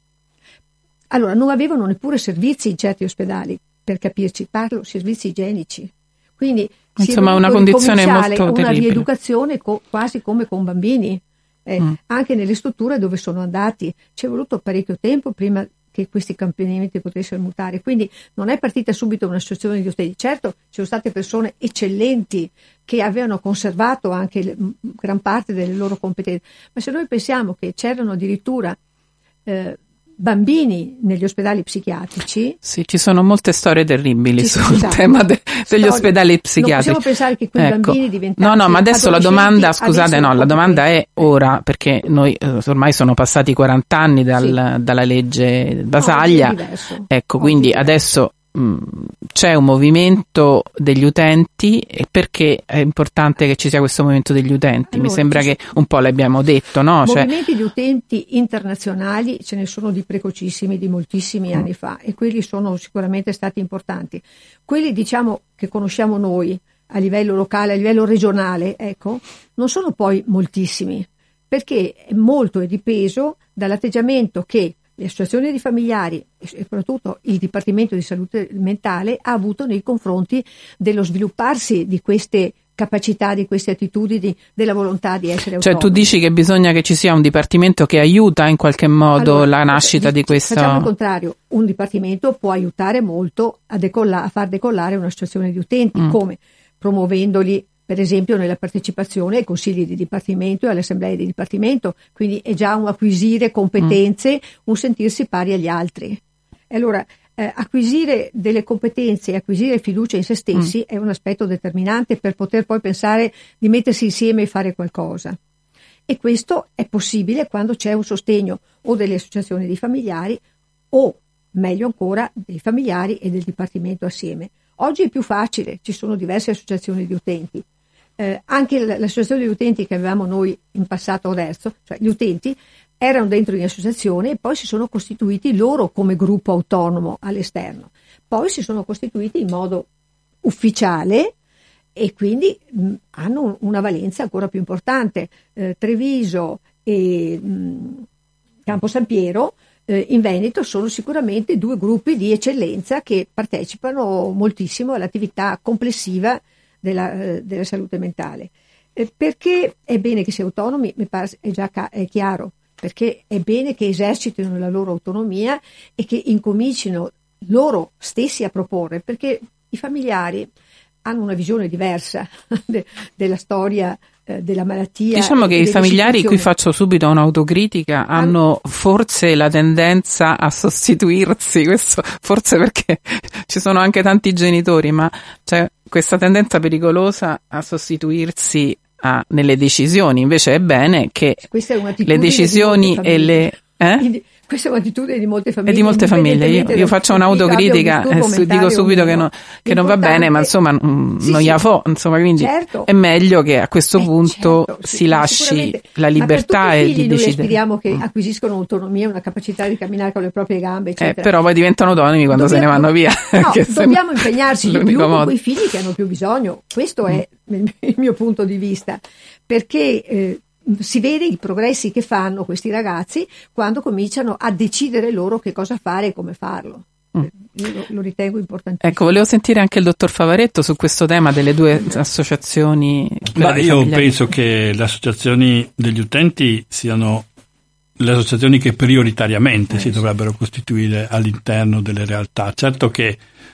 allora non avevano neppure servizi in certi ospedali, per capirci, parlo servizi igienici, quindi insomma una condizione molto una terribile, rieducazione co- quasi come con bambini, eh, mm. anche nelle strutture dove sono andati, ci è voluto parecchio tempo prima che questi cambiamenti potessero mutare, quindi non è partita subito un'associazione di utenti. Certo, ci sono state persone eccellenti che avevano conservato anche le, gran parte delle loro competenze, ma se noi pensiamo che c'erano addirittura eh, bambini negli ospedali psichiatrici. Sì, ci sono molte storie terribili ci, sul esatto, tema de, degli storie. ospedali psichiatrici. Non possiamo pensare che quei ecco. bambini diventassero. No, no, ma adesso la domanda, scusate, no, la domanda è ora, perché noi eh, ormai sono passati quaranta anni dal, sì. dalla legge Basaglia. No, ecco, oggi quindi adesso mh, c'è un movimento degli utenti, e perché è importante che ci sia questo movimento degli utenti? Allora, Mi sembra che un po' l'abbiamo detto, no? Movimenti cioè... di utenti internazionali ce ne sono di precocissimi, di moltissimi mm. anni fa, e quelli sono sicuramente stati importanti. Quelli, diciamo, che conosciamo noi a livello locale, a livello regionale, ecco, non sono poi moltissimi, perché molto è dipeso dall'atteggiamento che le associazioni di familiari e soprattutto il Dipartimento di Salute Mentale ha avuto nei confronti dello svilupparsi di queste capacità, di queste attitudini, della volontà di essere autonomi. Cioè tu dici che bisogna che ci sia un dipartimento che aiuta in qualche modo allora, la nascita di questa... Facciamo il contrario, un dipartimento può aiutare molto a, decolla- a far decollare un'associazione di utenti, mm. come promuovendoli per esempio nella partecipazione ai consigli di dipartimento e alle assemblee di dipartimento, quindi è già un acquisire competenze, mm. un sentirsi pari agli altri. E allora eh, acquisire delle competenze e acquisire fiducia in se stessi mm. è un aspetto determinante per poter poi pensare di mettersi insieme e fare qualcosa. E questo è possibile quando c'è un sostegno o delle associazioni di familiari o, meglio ancora, dei familiari e del dipartimento assieme. Oggi è più facile, ci sono diverse associazioni di utenti. Eh, anche l'associazione di utenti che avevamo noi in passato adesso, cioè gli utenti erano dentro in associazione e poi si sono costituiti loro come gruppo autonomo all'esterno, poi si sono costituiti in modo ufficiale e quindi mh, hanno una valenza ancora più importante. eh, Treviso e mh, Campo San Piero eh, in Veneto sono sicuramente due gruppi di eccellenza che partecipano moltissimo all'attività complessiva Della, eh, della salute mentale. Eh, perché è bene che siano autonomi? Mi pare è già ca- è chiaro, perché è bene che esercitino la loro autonomia e che incomincino loro stessi a proporre, perché i familiari hanno una visione diversa de- della storia eh, della malattia. Diciamo che i familiari, qui faccio subito un'autocritica, hanno forse la tendenza a sostituirsi, questo forse perché ci sono anche tanti genitori, ma c'è questa tendenza pericolosa a sostituirsi a, nelle decisioni. Invece è bene che le decisioni e le... Eh? Questa è un'attitudine di molte famiglie. E di molte famiglie. Io, io faccio un'autocritica e eh, dico subito che, no, che non va bene, ma insomma non sì, gli sì. fo, insomma, quindi certo. è meglio che a questo eh, punto certo, si sì, lasci la libertà e di noi decidere. Speriamo che mm. acquisiscono autonomia, una capacità di camminare con le proprie gambe, eccetera. Eh, però poi diventano autonomi quando dobbiamo, se ne vanno via. No, dobbiamo impegnarci di più modo. con quei figli che hanno più bisogno. Questo mm. è il mio punto di vista, perché eh, si vede i progressi che fanno questi ragazzi quando cominciano a decidere loro che cosa fare e come farlo. Mm. Io lo, lo ritengo importantissimo. Ecco, volevo sentire anche il dottor Favaretto su questo tema delle due associazioni. Ma io familiari. penso che le associazioni degli utenti siano le associazioni che prioritariamente eh, si dovrebbero costituire all'interno delle realtà. Certo che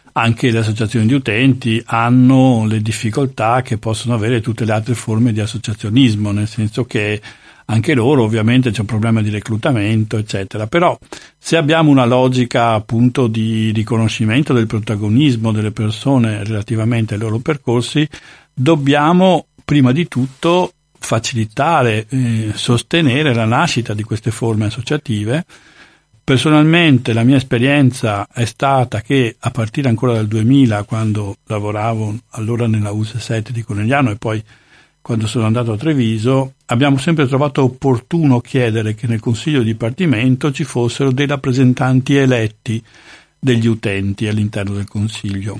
anche le associazioni di utenti hanno le difficoltà che possono avere tutte le altre forme di associazionismo, nel senso che anche loro ovviamente c'è un problema di reclutamento, eccetera. Però se abbiamo una logica appunto di riconoscimento del protagonismo delle persone relativamente ai loro percorsi, dobbiamo prima di tutto facilitare, eh, sostenere la nascita di queste forme associative. Personalmente la mia esperienza è stata che a partire ancora dal duemila, quando lavoravo allora nella U S sette di Conegliano e poi quando sono andato a Treviso, abbiamo sempre trovato opportuno chiedere che nel Consiglio di Dipartimento ci fossero dei rappresentanti eletti degli utenti all'interno del Consiglio.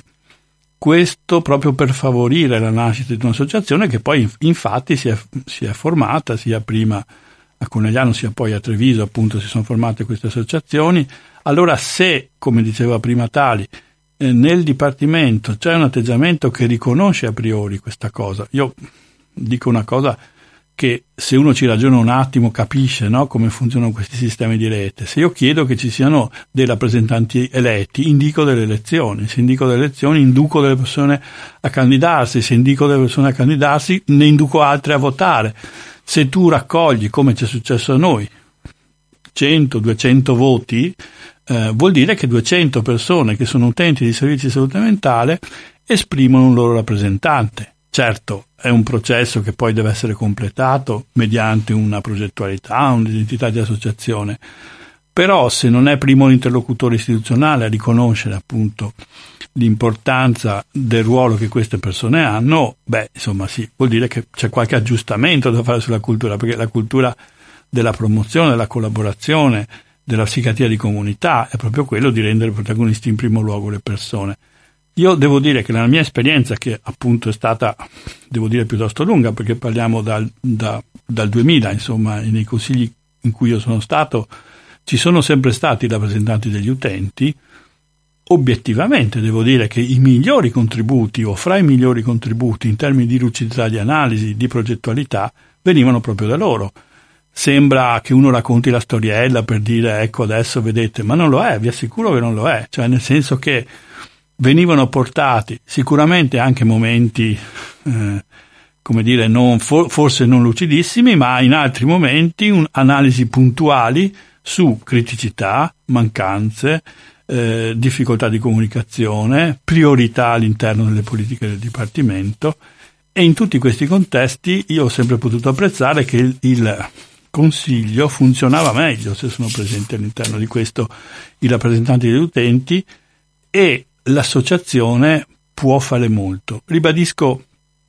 Questo proprio per favorire la nascita di un'associazione che poi infatti si è, si è formata sia prima a Conegliano sia poi a Treviso, appunto si sono formate queste associazioni. Allora se, come diceva prima Tali, eh, nel Dipartimento c'è un atteggiamento che riconosce a priori questa cosa, io dico una cosa che se uno ci ragiona un attimo capisce, no, come funzionano questi sistemi di rete. Se io chiedo che ci siano dei rappresentanti eletti, indico delle elezioni, se indico delle elezioni induco delle persone a candidarsi, se indico delle persone a candidarsi ne induco altre a votare. Se tu raccogli, come ci è successo a noi, cento duecento voti, eh, vuol dire che duecento persone che sono utenti di servizi di salute mentale esprimono un loro rappresentante. Certo, è un processo che poi deve essere completato mediante una progettualità, un'identità di associazione, però se non è primo l'interlocutore istituzionale a riconoscere appunto l'importanza del ruolo che queste persone hanno, beh, insomma sì, vuol dire che c'è qualche aggiustamento da fare sulla cultura, perché la cultura della promozione, della collaborazione, della psichiatria di comunità è proprio quello di rendere protagonisti in primo luogo le persone. Io devo dire che la mia esperienza, che appunto è stata, devo dire, piuttosto lunga, perché parliamo dal, da, dal duemila, insomma, nei consigli in cui io sono stato, ci sono sempre stati i rappresentanti degli utenti. Obiettivamente devo dire che i migliori contributi, o fra i migliori contributi in termini di lucidità di analisi, di progettualità, venivano proprio da loro. Sembra che uno racconti la storiella per dire ecco adesso vedete, ma non lo è, vi assicuro che non lo è, cioè nel senso che venivano portati sicuramente anche momenti, eh, come dire, non, for, forse non lucidissimi, ma in altri momenti un, analisi puntuali su criticità, mancanze, eh, difficoltà di comunicazione, priorità all'interno delle politiche del Dipartimento, e in tutti questi contesti io ho sempre potuto apprezzare che il, il Consiglio funzionava meglio se sono presenti all'interno di questo i rappresentanti degli utenti, e l'associazione può fare molto. Ribadisco,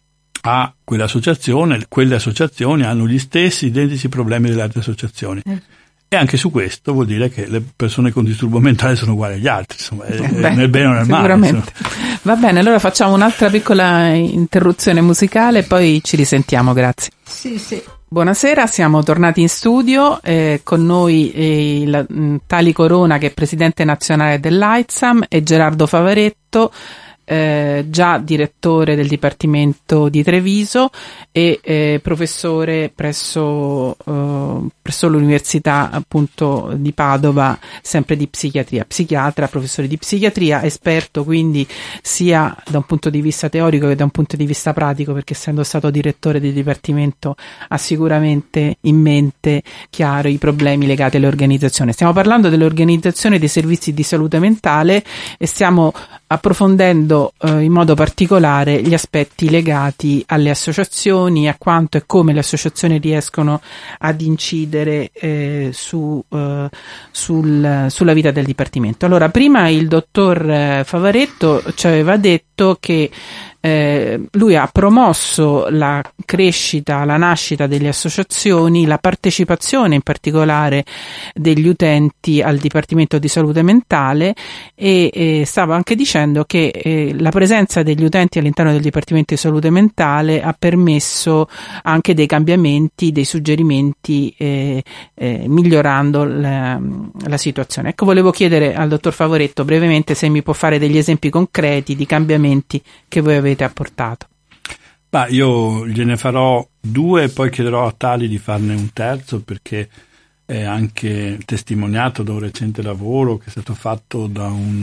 a quell'associazione, quelle associazioni hanno gli stessi identici problemi delle altre associazioni. Eh. E anche su questo vuol dire che le persone con disturbo mentale sono uguali agli altri, insomma, eh beh, nel bene o nel male. Sicuramente. Va bene, allora facciamo un'altra piccola interruzione musicale e poi ci risentiamo, grazie. Sì, sì. Buonasera, siamo tornati in studio, eh, con noi eh, la, mh, Tali Corona, che è presidente nazionale dell'AIDSAM, e Gerardo Favaretto, eh, già direttore del Dipartimento di Treviso e eh, professore presso, eh, presso l'Università appunto di Padova, sempre di psichiatria, psichiatra, professore di psichiatria, esperto quindi sia da un punto di vista teorico che da un punto di vista pratico, perché essendo stato direttore del Dipartimento ha sicuramente in mente chiaro i problemi legati all'organizzazione. Stiamo parlando dell'organizzazione dei servizi di salute mentale e stiamo approfondendo eh, in modo particolare gli aspetti legati alle associazioni, a quanto e come le associazioni riescono ad incidere eh, su, eh, sul, sulla vita del Dipartimento. Allora, prima il dottor Favaretto ci aveva detto che Eh, lui ha promosso la crescita, la nascita delle associazioni, la partecipazione in particolare degli utenti al Dipartimento di Salute Mentale e eh, stava anche dicendo che eh, la presenza degli utenti all'interno del Dipartimento di Salute Mentale ha permesso anche dei cambiamenti, dei suggerimenti eh, eh, migliorando la, la situazione. Ecco, volevo chiedere al dottor Favaretto brevemente se mi può fare degli esempi concreti di cambiamenti che voi avete apportato. Ma io gliene farò due e poi chiederò a Tali di farne un terzo, perché è anche testimoniato da un recente lavoro che è stato fatto da un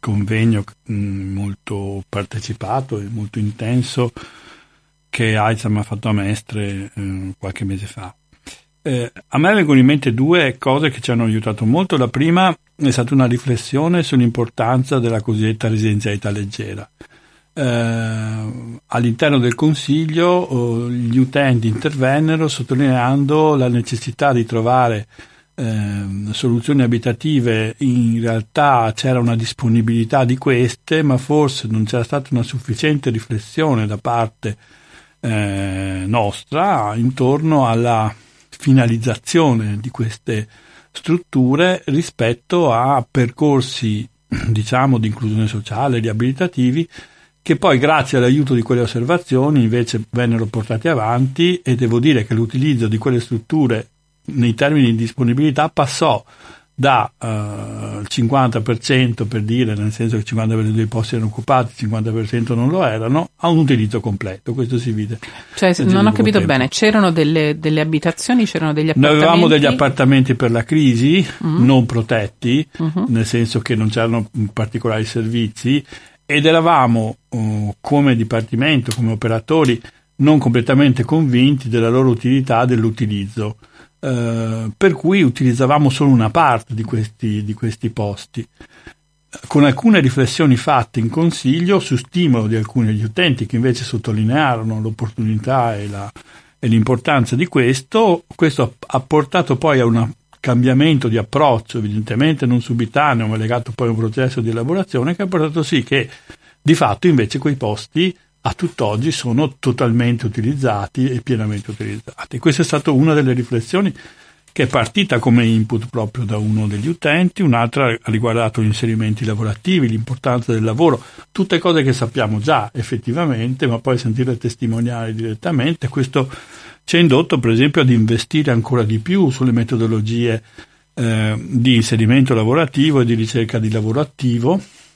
convegno mh, molto partecipato e molto intenso che AISAM ha fatto a Mestre eh, qualche mese fa. Eh, a me vengono in mente due cose che ci hanno aiutato molto. La prima è stata una riflessione sull'importanza della cosiddetta residenzialità leggera. Eh, all'interno del Consiglio eh, gli utenti intervennero sottolineando la necessità di trovare eh, soluzioni abitative. In realtà c'era una disponibilità di queste, ma forse non c'era stata una sufficiente riflessione da parte eh, nostra intorno alla finalizzazione di queste strutture rispetto a percorsi, diciamo, di inclusione sociale, riabilitativi, che poi grazie all'aiuto di quelle osservazioni invece vennero portati avanti, e devo dire che l'utilizzo di quelle strutture nei termini di disponibilità passò da uh, il cinquanta per cento, per dire, nel senso che il cinquanta per cento dei posti erano occupati, il cinquanta per cento non lo erano, a un utilizzo completo. Questo si vede. Cioè, non ho capito tempo. bene, c'erano delle, delle abitazioni, c'erano degli appartamenti? Noi avevamo degli appartamenti per la crisi, uh-huh. non protetti, uh-huh. nel senso che non c'erano particolari servizi, ed eravamo uh, come dipartimento, come operatori, non completamente convinti della loro utilità, dell'utilizzo. Uh, per cui utilizzavamo solo una parte di questi, di questi posti, con alcune riflessioni fatte in Consiglio su stimolo di alcuni degli utenti che invece sottolinearono l'opportunità e, la, e l'importanza di questo. Questo ha portato poi a un cambiamento di approccio, evidentemente non subitaneo, ma legato poi a un processo di elaborazione che ha portato sì che di fatto invece quei posti a tutt'oggi sono totalmente utilizzati e pienamente utilizzati. Questa è stata una delle riflessioni che è partita come input proprio da uno degli utenti. Un'altra ha riguardato gli inserimenti lavorativi, l'importanza del lavoro, tutte cose che sappiamo già effettivamente, ma poi sentirle testimoniare direttamente. Questo ci ha indotto per esempio ad investire ancora di più sulle metodologie eh, di inserimento lavorativo e di ricerca di lavoro attivo,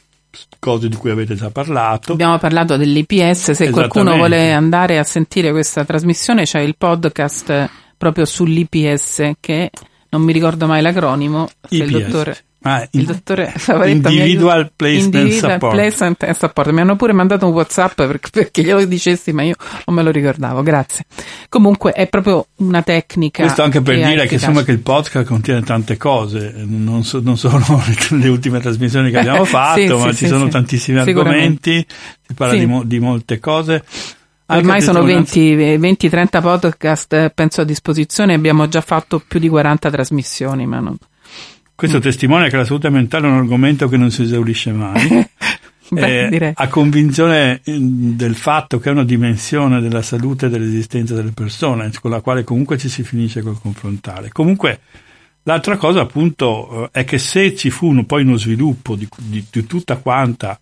cose di cui avete già parlato. Abbiamo parlato dell'I P S, se qualcuno vuole andare a sentire questa trasmissione c'è il podcast proprio sull'I P S, che non mi ricordo mai l'acronimo, se il dottore Ah, il, il dottore Favaretto Individual Placement Individual Support. Placement Support. Mi hanno pure mandato un WhatsApp perché, perché glielo dicessi, ma io non me lo ricordavo. Grazie. Comunque è proprio una tecnica. Questo anche per dire efficace. che insomma che il podcast contiene tante cose, non, so, non sono le ultime trasmissioni che abbiamo fatto, sì, ma sì, ci sì, sono sì. tantissimi argomenti, si parla sì. di, mo- di molte cose. Anche Ormai sono venti trenta podcast penso a disposizione, abbiamo già fatto più di quaranta trasmissioni, ma non... Questo testimonia che la salute mentale è un argomento che non si esaurisce mai. Beh, eh, a convinzione del fatto che è una dimensione della salute e dell'esistenza delle persone, con la quale comunque ci si finisce col confrontare. Comunque, l'altra cosa appunto è che se ci fu uno, poi uno sviluppo di, di, di tutta quanta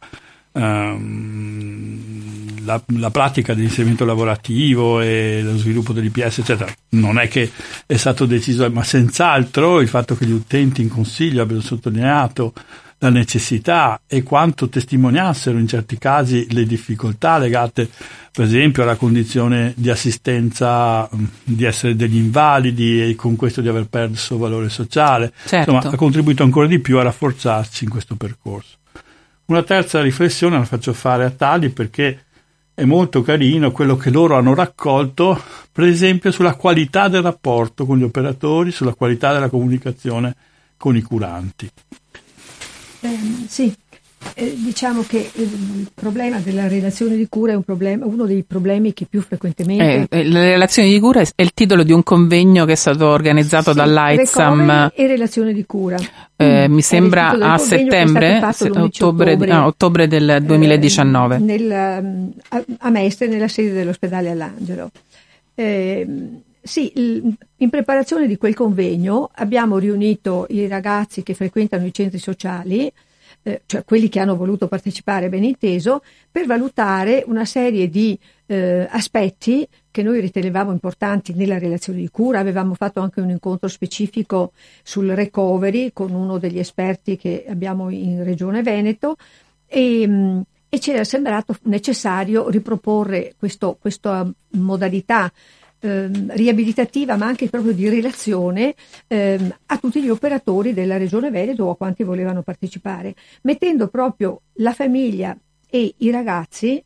um, la, la pratica dell'inserimento lavorativo e lo sviluppo dell'I P S eccetera, non è che è stato deciso, ma senz'altro il fatto che gli utenti in consiglio abbiano sottolineato la necessità e quanto testimoniassero in certi casi le difficoltà legate per esempio alla condizione di assistenza, di essere degli invalidi e con questo di aver perso valore sociale, certo. Insomma ha contribuito ancora di più a rafforzarsi in questo percorso. Una terza riflessione la faccio fare a Tali perché è molto carino quello che loro hanno raccolto, per esempio sulla qualità del rapporto con gli operatori, sulla qualità della comunicazione con i curanti. Eh, sì, eh, diciamo che il problema della relazione di cura è un problema, uno dei problemi che più frequentemente... Eh, le relazioni di cura è il titolo di un convegno che è stato organizzato sì, dall'AIDSAM. E relazione di cura. Eh, mm, mi sembra a settembre, se, ottobre, ottobre, ah, ottobre del duemiladiciannove. Eh, nel, a, a Mestre, nella sede dell'ospedale All'Angelo. Eh, Sì, in preparazione di quel convegno abbiamo riunito i ragazzi che frequentano i centri sociali, eh, cioè quelli che hanno voluto partecipare, ben inteso, per valutare una serie di eh, aspetti che noi ritenevamo importanti nella relazione di cura. Avevamo fatto anche un incontro specifico sul recovery con uno degli esperti che abbiamo in Regione Veneto e, e ci era sembrato necessario riproporre questo, questa modalità ehm, riabilitativa, ma anche proprio di relazione ehm, a tutti gli operatori della Regione Veneto o a quanti volevano partecipare, mettendo proprio la famiglia e i ragazzi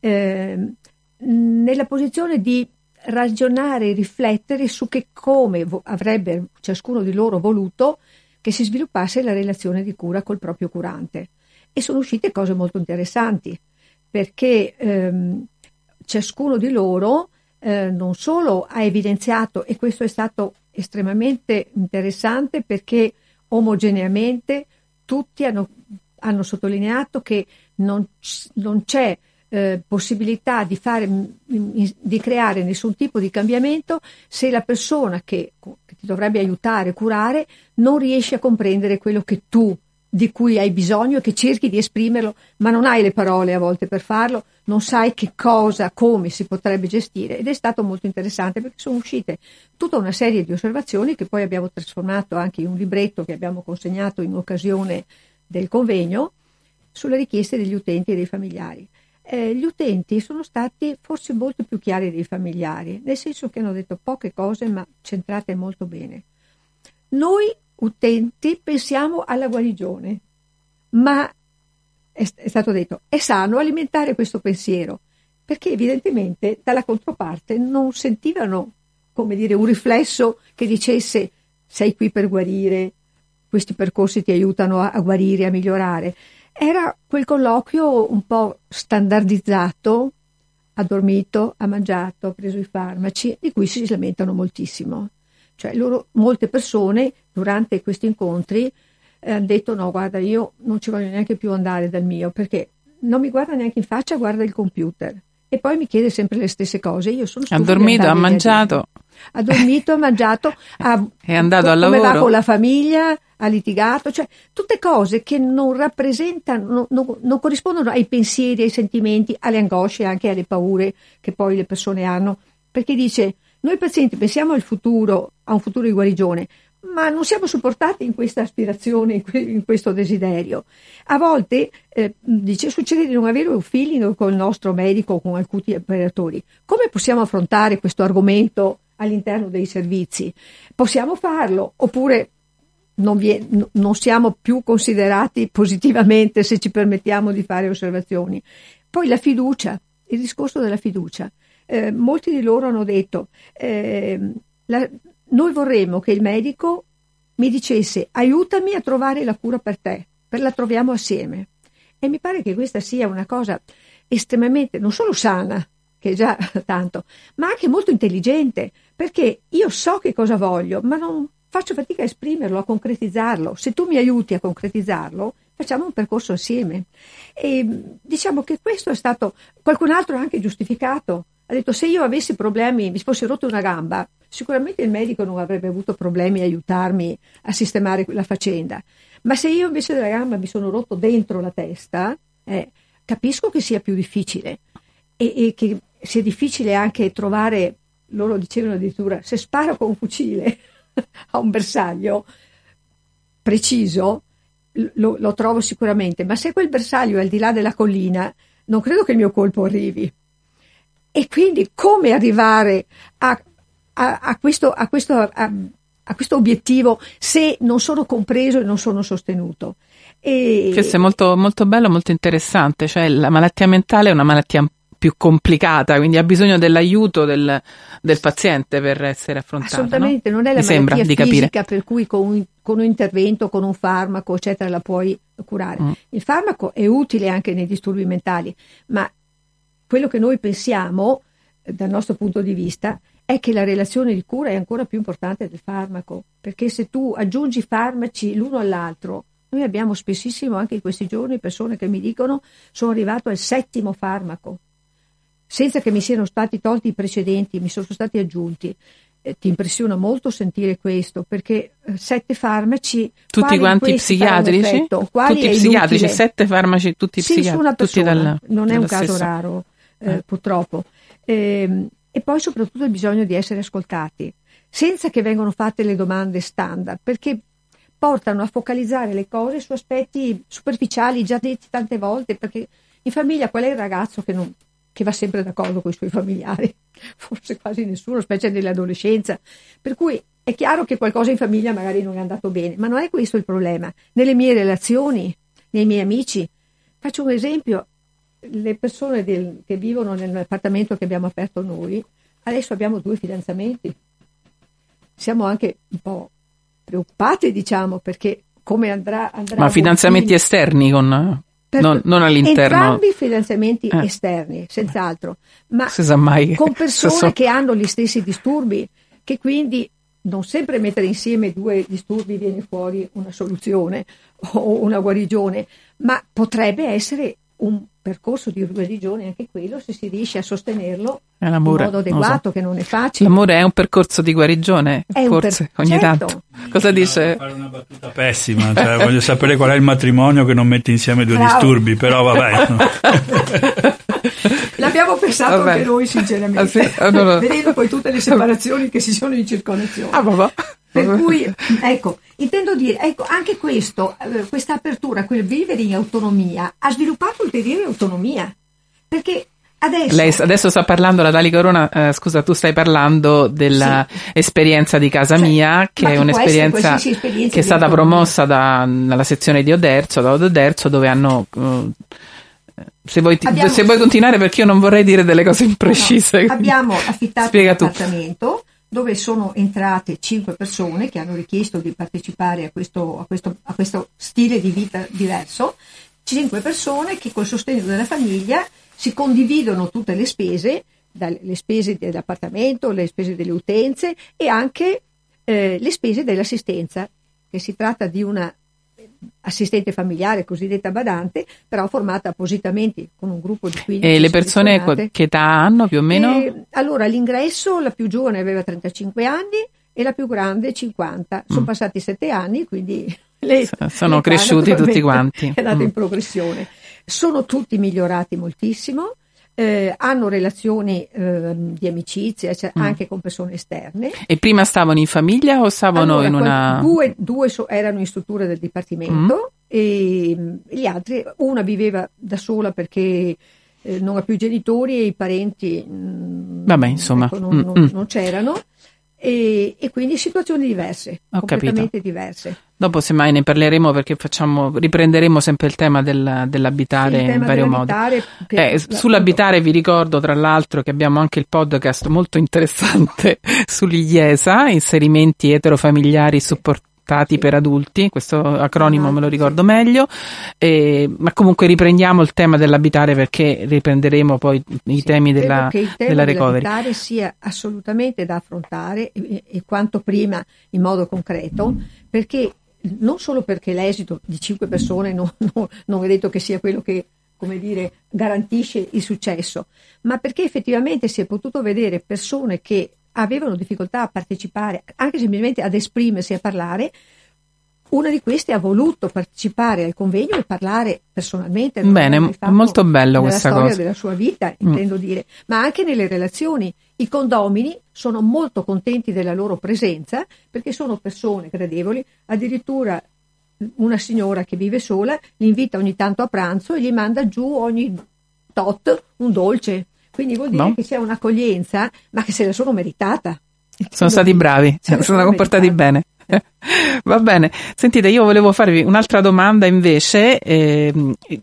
ehm, nella posizione di ragionare e riflettere su che come vo- avrebbe ciascuno di loro voluto che si sviluppasse la relazione di cura col proprio curante. E sono uscite cose molto interessanti, perché ehm, ciascuno di loro eh, non solo ha evidenziato, e questo è stato estremamente interessante perché omogeneamente tutti hanno, hanno sottolineato che non, non c'è eh, possibilità di, fare, di creare nessun tipo di cambiamento se la persona che, che ti dovrebbe aiutare, curare, non riesce a comprendere quello che tu di cui hai bisogno e che cerchi di esprimerlo, ma non hai le parole a volte per farlo, non sai che cosa, come si potrebbe gestire, ed è stato molto interessante perché sono uscite tutta una serie di osservazioni che poi abbiamo trasformato anche in un libretto che abbiamo consegnato in occasione del convegno sulle richieste degli utenti e dei familiari. Eh, gli utenti sono stati forse molto più chiari dei familiari, nel senso che hanno detto poche cose ma centrate molto bene. Noi utenti pensiamo alla guarigione, ma è, è stato detto è sano alimentare questo pensiero, perché evidentemente dalla controparte non sentivano, come dire, un riflesso che dicesse sei qui per guarire, questi percorsi ti aiutano a, a guarire, a migliorare. Era quel colloquio un po' standardizzato, ha dormito, ha mangiato, ha preso i farmaci, di cui si lamentano moltissimo. Cioè loro, molte persone durante questi incontri eh, hanno detto no, guarda, io non ci voglio neanche più andare dal mio, perché non mi guarda neanche in faccia, guarda il computer e poi mi chiede sempre le stesse cose. Io sono ha dormito, ha mangiato, ha dormito, ha mangiato, ha, è andato co- al come lavoro, va con la famiglia, ha litigato, cioè tutte cose che non rappresentano, non, non, non corrispondono ai pensieri, ai sentimenti, alle angosce, anche alle paure che poi le persone hanno, perché dice noi pazienti pensiamo al futuro, a un futuro di guarigione, ma non siamo supportati in questa aspirazione, in, que- in questo desiderio. A volte eh, dice succede di non avere un feeling con il nostro medico o con alcuni operatori. Come possiamo affrontare questo argomento all'interno dei servizi? Possiamo farlo oppure non, vi- non siamo più considerati positivamente se ci permettiamo di fare osservazioni? Poi la fiducia, il discorso della fiducia. Eh, molti di loro hanno detto eh, la, noi vorremmo che il medico mi dicesse aiutami a trovare la cura per te, per la troviamo assieme, e mi pare che questa sia una cosa estremamente non solo sana, che è già tanto, ma anche molto intelligente, perché io so che cosa voglio ma non faccio fatica a esprimerlo, a concretizzarlo. Se tu mi aiuti a concretizzarlo facciamo un percorso assieme. E diciamo che questo è stato, qualcun altro ha anche giustificato, ha detto se io avessi problemi, mi fossi rotto una gamba, sicuramente il medico non avrebbe avuto problemi a aiutarmi a sistemare la faccenda, ma se io invece della gamba mi sono rotto dentro la testa, eh, capisco che sia più difficile e, e che sia difficile anche trovare, loro dicevano addirittura, se sparo con un fucile a un bersaglio preciso lo, lo trovo sicuramente, ma se quel bersaglio è al di là della collina non credo che il mio colpo arrivi. E quindi come arrivare a, a, a, questo, a, questo, a, a questo obiettivo se non sono compreso e non sono sostenuto? E... Questo è molto, molto bello, molto interessante, cioè la malattia mentale è una malattia più complicata, quindi ha bisogno dell'aiuto del, del paziente per essere affrontata. Assolutamente, no? non è la Mi malattia sembra di fisica capire. per cui con un, con un intervento, con un farmaco, eccetera, la puoi curare. Mm. Il farmaco è utile anche nei disturbi mentali, ma quello che noi pensiamo, dal nostro punto di vista, è che la relazione di cura è ancora più importante del farmaco, perché se tu aggiungi farmaci l'uno all'altro, noi abbiamo spessissimo anche in questi giorni persone che mi dicono sono arrivato al settimo farmaco, senza che mi siano stati tolti i precedenti, mi sono stati aggiunti. Eh, ti impressiona molto sentire questo, perché eh, sette farmaci, tutti quanti psichiatrici, effetto, tutti psichiatrici, sette farmaci tutti sì, psichiatrici, su una persona, tutti dal, non è un caso stesso. raro, eh, eh. purtroppo. E, e poi soprattutto il bisogno di essere ascoltati, senza che vengano fatte le domande standard, perché portano a focalizzare le cose su aspetti superficiali già detti tante volte, perché in famiglia qual è il ragazzo che non che va sempre d'accordo con i suoi familiari, forse quasi nessuno, specie nell'adolescenza, per cui è chiaro che qualcosa in famiglia magari non è andato bene, ma non è questo il problema. Nelle mie relazioni, nei miei amici, faccio un esempio, le persone del, che vivono nell'appartamento che abbiamo aperto noi, adesso abbiamo due fidanzamenti, siamo anche un po' preoccupati, diciamo, perché come andrà, andrà ma fidanzamenti esterni con... Non, non all'interno. Entrambi i fidanzamenti eh. esterni, senz'altro, ma mai. con persone so. che hanno gli stessi disturbi, che quindi non sempre mettere insieme due disturbi viene fuori una soluzione o una guarigione, ma potrebbe essere un percorso di guarigione anche quello, se si riesce a sostenerlo in modo adeguato, so. Che non è facile. L'amore è un percorso di guarigione, è forse, per... ogni certo. tanto. Cosa no, dice? Fare una battuta pessima, cioè, voglio sapere qual è il matrimonio che non mette insieme due Bravo. disturbi, però vabbè. L'abbiamo pensato vabbè. anche noi, sinceramente, ah, sì? oh, no, no. vedendo poi tutte le separazioni che si sono in circolazione. Ah, vabbè. Per cui, ecco, intendo dire, ecco, anche questo, questa apertura, quel vivere in autonomia, ha sviluppato ulteriore autonomia, perché adesso... Lei adesso sta parlando, la Dali Corona, eh, scusa, tu stai parlando dell'esperienza sì. di casa cioè, mia, che è un'esperienza che è stata promossa da, dalla sezione di Oderzo, da Oderzo, dove hanno... Uh, se vuoi, abbiamo, se vuoi continuare, perché io non vorrei dire delle cose imprecise. No, abbiamo affittato un appartamento dove sono entrate cinque persone che hanno richiesto di partecipare a questo, a questo, a questo stile di vita diverso, cinque persone che col sostegno della famiglia si condividono tutte le spese, le spese dell'appartamento, le spese delle utenze e anche eh, le spese dell'assistenza, che si tratta di una assistente familiare cosiddetta badante, però formata appositamente con un gruppo di quindici. E le persone che età hanno più o meno? E, allora all'ingresso la più giovane aveva trentacinque anni e la più grande cinquanta. Sono mm. passati sette anni, quindi le, sono le cresciuti tutti quanti. È andata mm. in progressione. Sono tutti migliorati moltissimo. Eh, hanno relazioni eh, di amicizia, cioè mm. anche con persone esterne. E prima stavano in famiglia o stavano allora, in una... Due, due so, erano in struttura del dipartimento mm. e gli altri, una viveva da sola perché eh, non ha più genitori e i parenti mh, Vabbè, insomma. Ecco, non, mm. non, non c'erano. E, e quindi situazioni diverse, Ho completamente capito. diverse. Dopo semmai ne parleremo, perché facciamo, riprenderemo sempre il tema del, dell'abitare sì, in vario modo. Eh, sull'abitare vi ricordo tra l'altro che abbiamo anche il podcast molto interessante sugli I E S A, inserimenti eterofamiliari supportati sì. per adulti, questo acronimo ah, me lo ricordo sì. meglio, eh, ma comunque riprendiamo il tema dell'abitare, perché riprenderemo poi i sì, temi della, che il tema della recovery. Dell'abitare sia assolutamente da affrontare e, e quanto prima in modo concreto, perché non solo perché l'esito di cinque persone non, non, non è detto che sia quello che, come dire, garantisce il successo, ma perché effettivamente si è potuto vedere persone che avevano difficoltà a partecipare, anche semplicemente ad esprimersi, a parlare. Una di queste ha voluto partecipare al convegno e parlare personalmente. Bene, è molto bello questa cosa. Nella storia della sua vita, intendo mm. dire, ma anche nelle relazioni. I condomini sono molto contenti della loro presenza, perché sono persone gradevoli, addirittura una signora che vive sola li invita ogni tanto a pranzo e gli manda giù ogni tot un dolce. Quindi vuol dire no. che c'è un'accoglienza, ma che se la sono meritata. Sono stati bravi, si sono, sono comportati bene. Va bene. Sentite, io volevo farvi un'altra domanda invece, eh,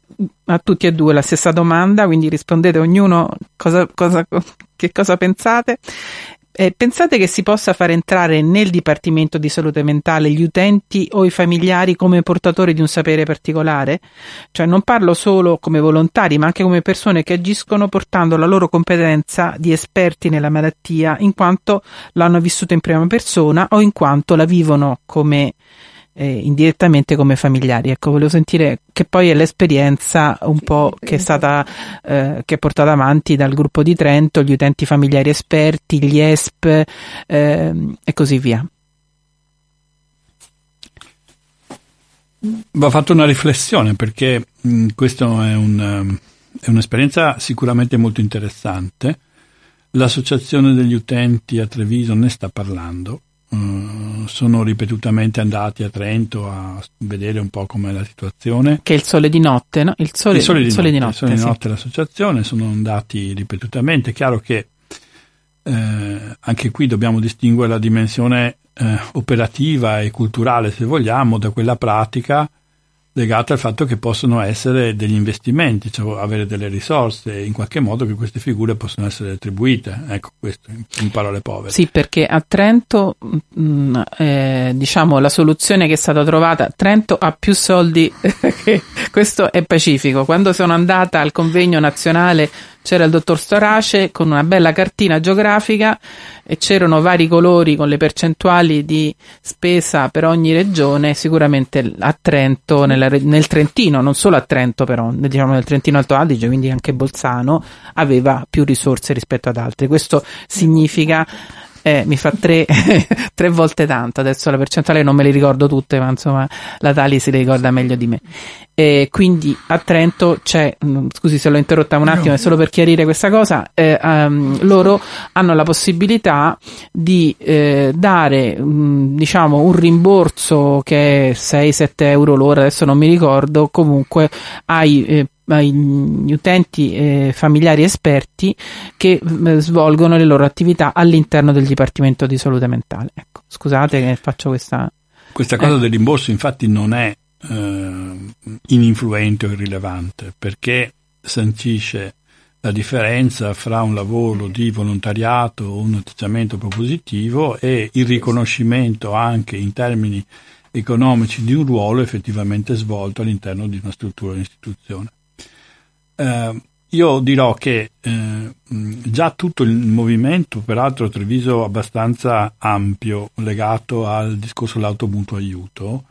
a tutti e due la stessa domanda, quindi rispondete ognuno cosa, cosa, che cosa pensate. Eh, pensate che si possa far entrare nel Dipartimento di Salute Mentale gli utenti o i familiari come portatori di un sapere particolare? Cioè non parlo solo come volontari, ma anche come persone che agiscono portando la loro competenza di esperti nella malattia, in quanto l'hanno vissuta in prima persona o in quanto la vivono come eh, indirettamente come familiari. Ecco, volevo sentire che poi è l'esperienza un sì, po' che è stata eh, che è portata avanti dal gruppo di Trento, gli utenti familiari esperti, gli E S P eh, e così via. Va fatto una riflessione, perché mh, questo è, un, è un'esperienza sicuramente molto interessante. L'associazione degli utenti a Treviso ne sta parlando. Uh, sono ripetutamente andati a Trento a vedere un po' com'è la situazione. Che è il Sole di Notte, no? Il Sole, il sole, di, il sole notte, di Notte. Il Sole di sì. Notte l'associazione, sono andati ripetutamente. È chiaro che eh, anche qui dobbiamo distinguere la dimensione eh, operativa e culturale, se vogliamo, da quella pratica legata al fatto che possono essere degli investimenti, cioè avere delle risorse, in qualche modo che queste figure possono essere attribuite. Ecco, questo in, in parole povere. Sì, perché a Trento, mh, eh, diciamo, la soluzione che è stata trovata, Trento ha più soldi che questo è pacifico. Quando sono andata al convegno nazionale c'era il dottor Storace con una bella cartina geografica e c'erano vari colori con le percentuali di spesa per ogni regione. Sicuramente a Trento, nella, nel Trentino, non solo a Trento però, diciamo nel Trentino Alto Adige, quindi anche Bolzano, aveva più risorse rispetto ad altri. Questo significa Eh, mi fa tre, tre volte tanto, adesso la percentuale non me le ricordo tutte, ma insomma la Tali si le ricorda meglio di me. E quindi a Trento c'è, scusi se l'ho interrotta un attimo, è solo per chiarire questa cosa, eh, um, loro hanno la possibilità di eh, dare um, diciamo un rimborso che è sei sette euro l'ora, adesso non mi ricordo, comunque ai eh, agli utenti eh, familiari esperti che eh, svolgono le loro attività all'interno del Dipartimento di Salute Mentale. Ecco, scusate che faccio questa... Questa cosa eh. del rimborso infatti non è eh, ininfluente o irrilevante, perché sancisce la differenza fra un lavoro di volontariato o un atteggiamento propositivo e il riconoscimento anche in termini economici di un ruolo effettivamente svolto all'interno di una struttura o istituzione. Uh, io dirò che uh, già tutto il movimento, peraltro a Treviso abbastanza ampio, legato al discorso dell'automutuo aiuto,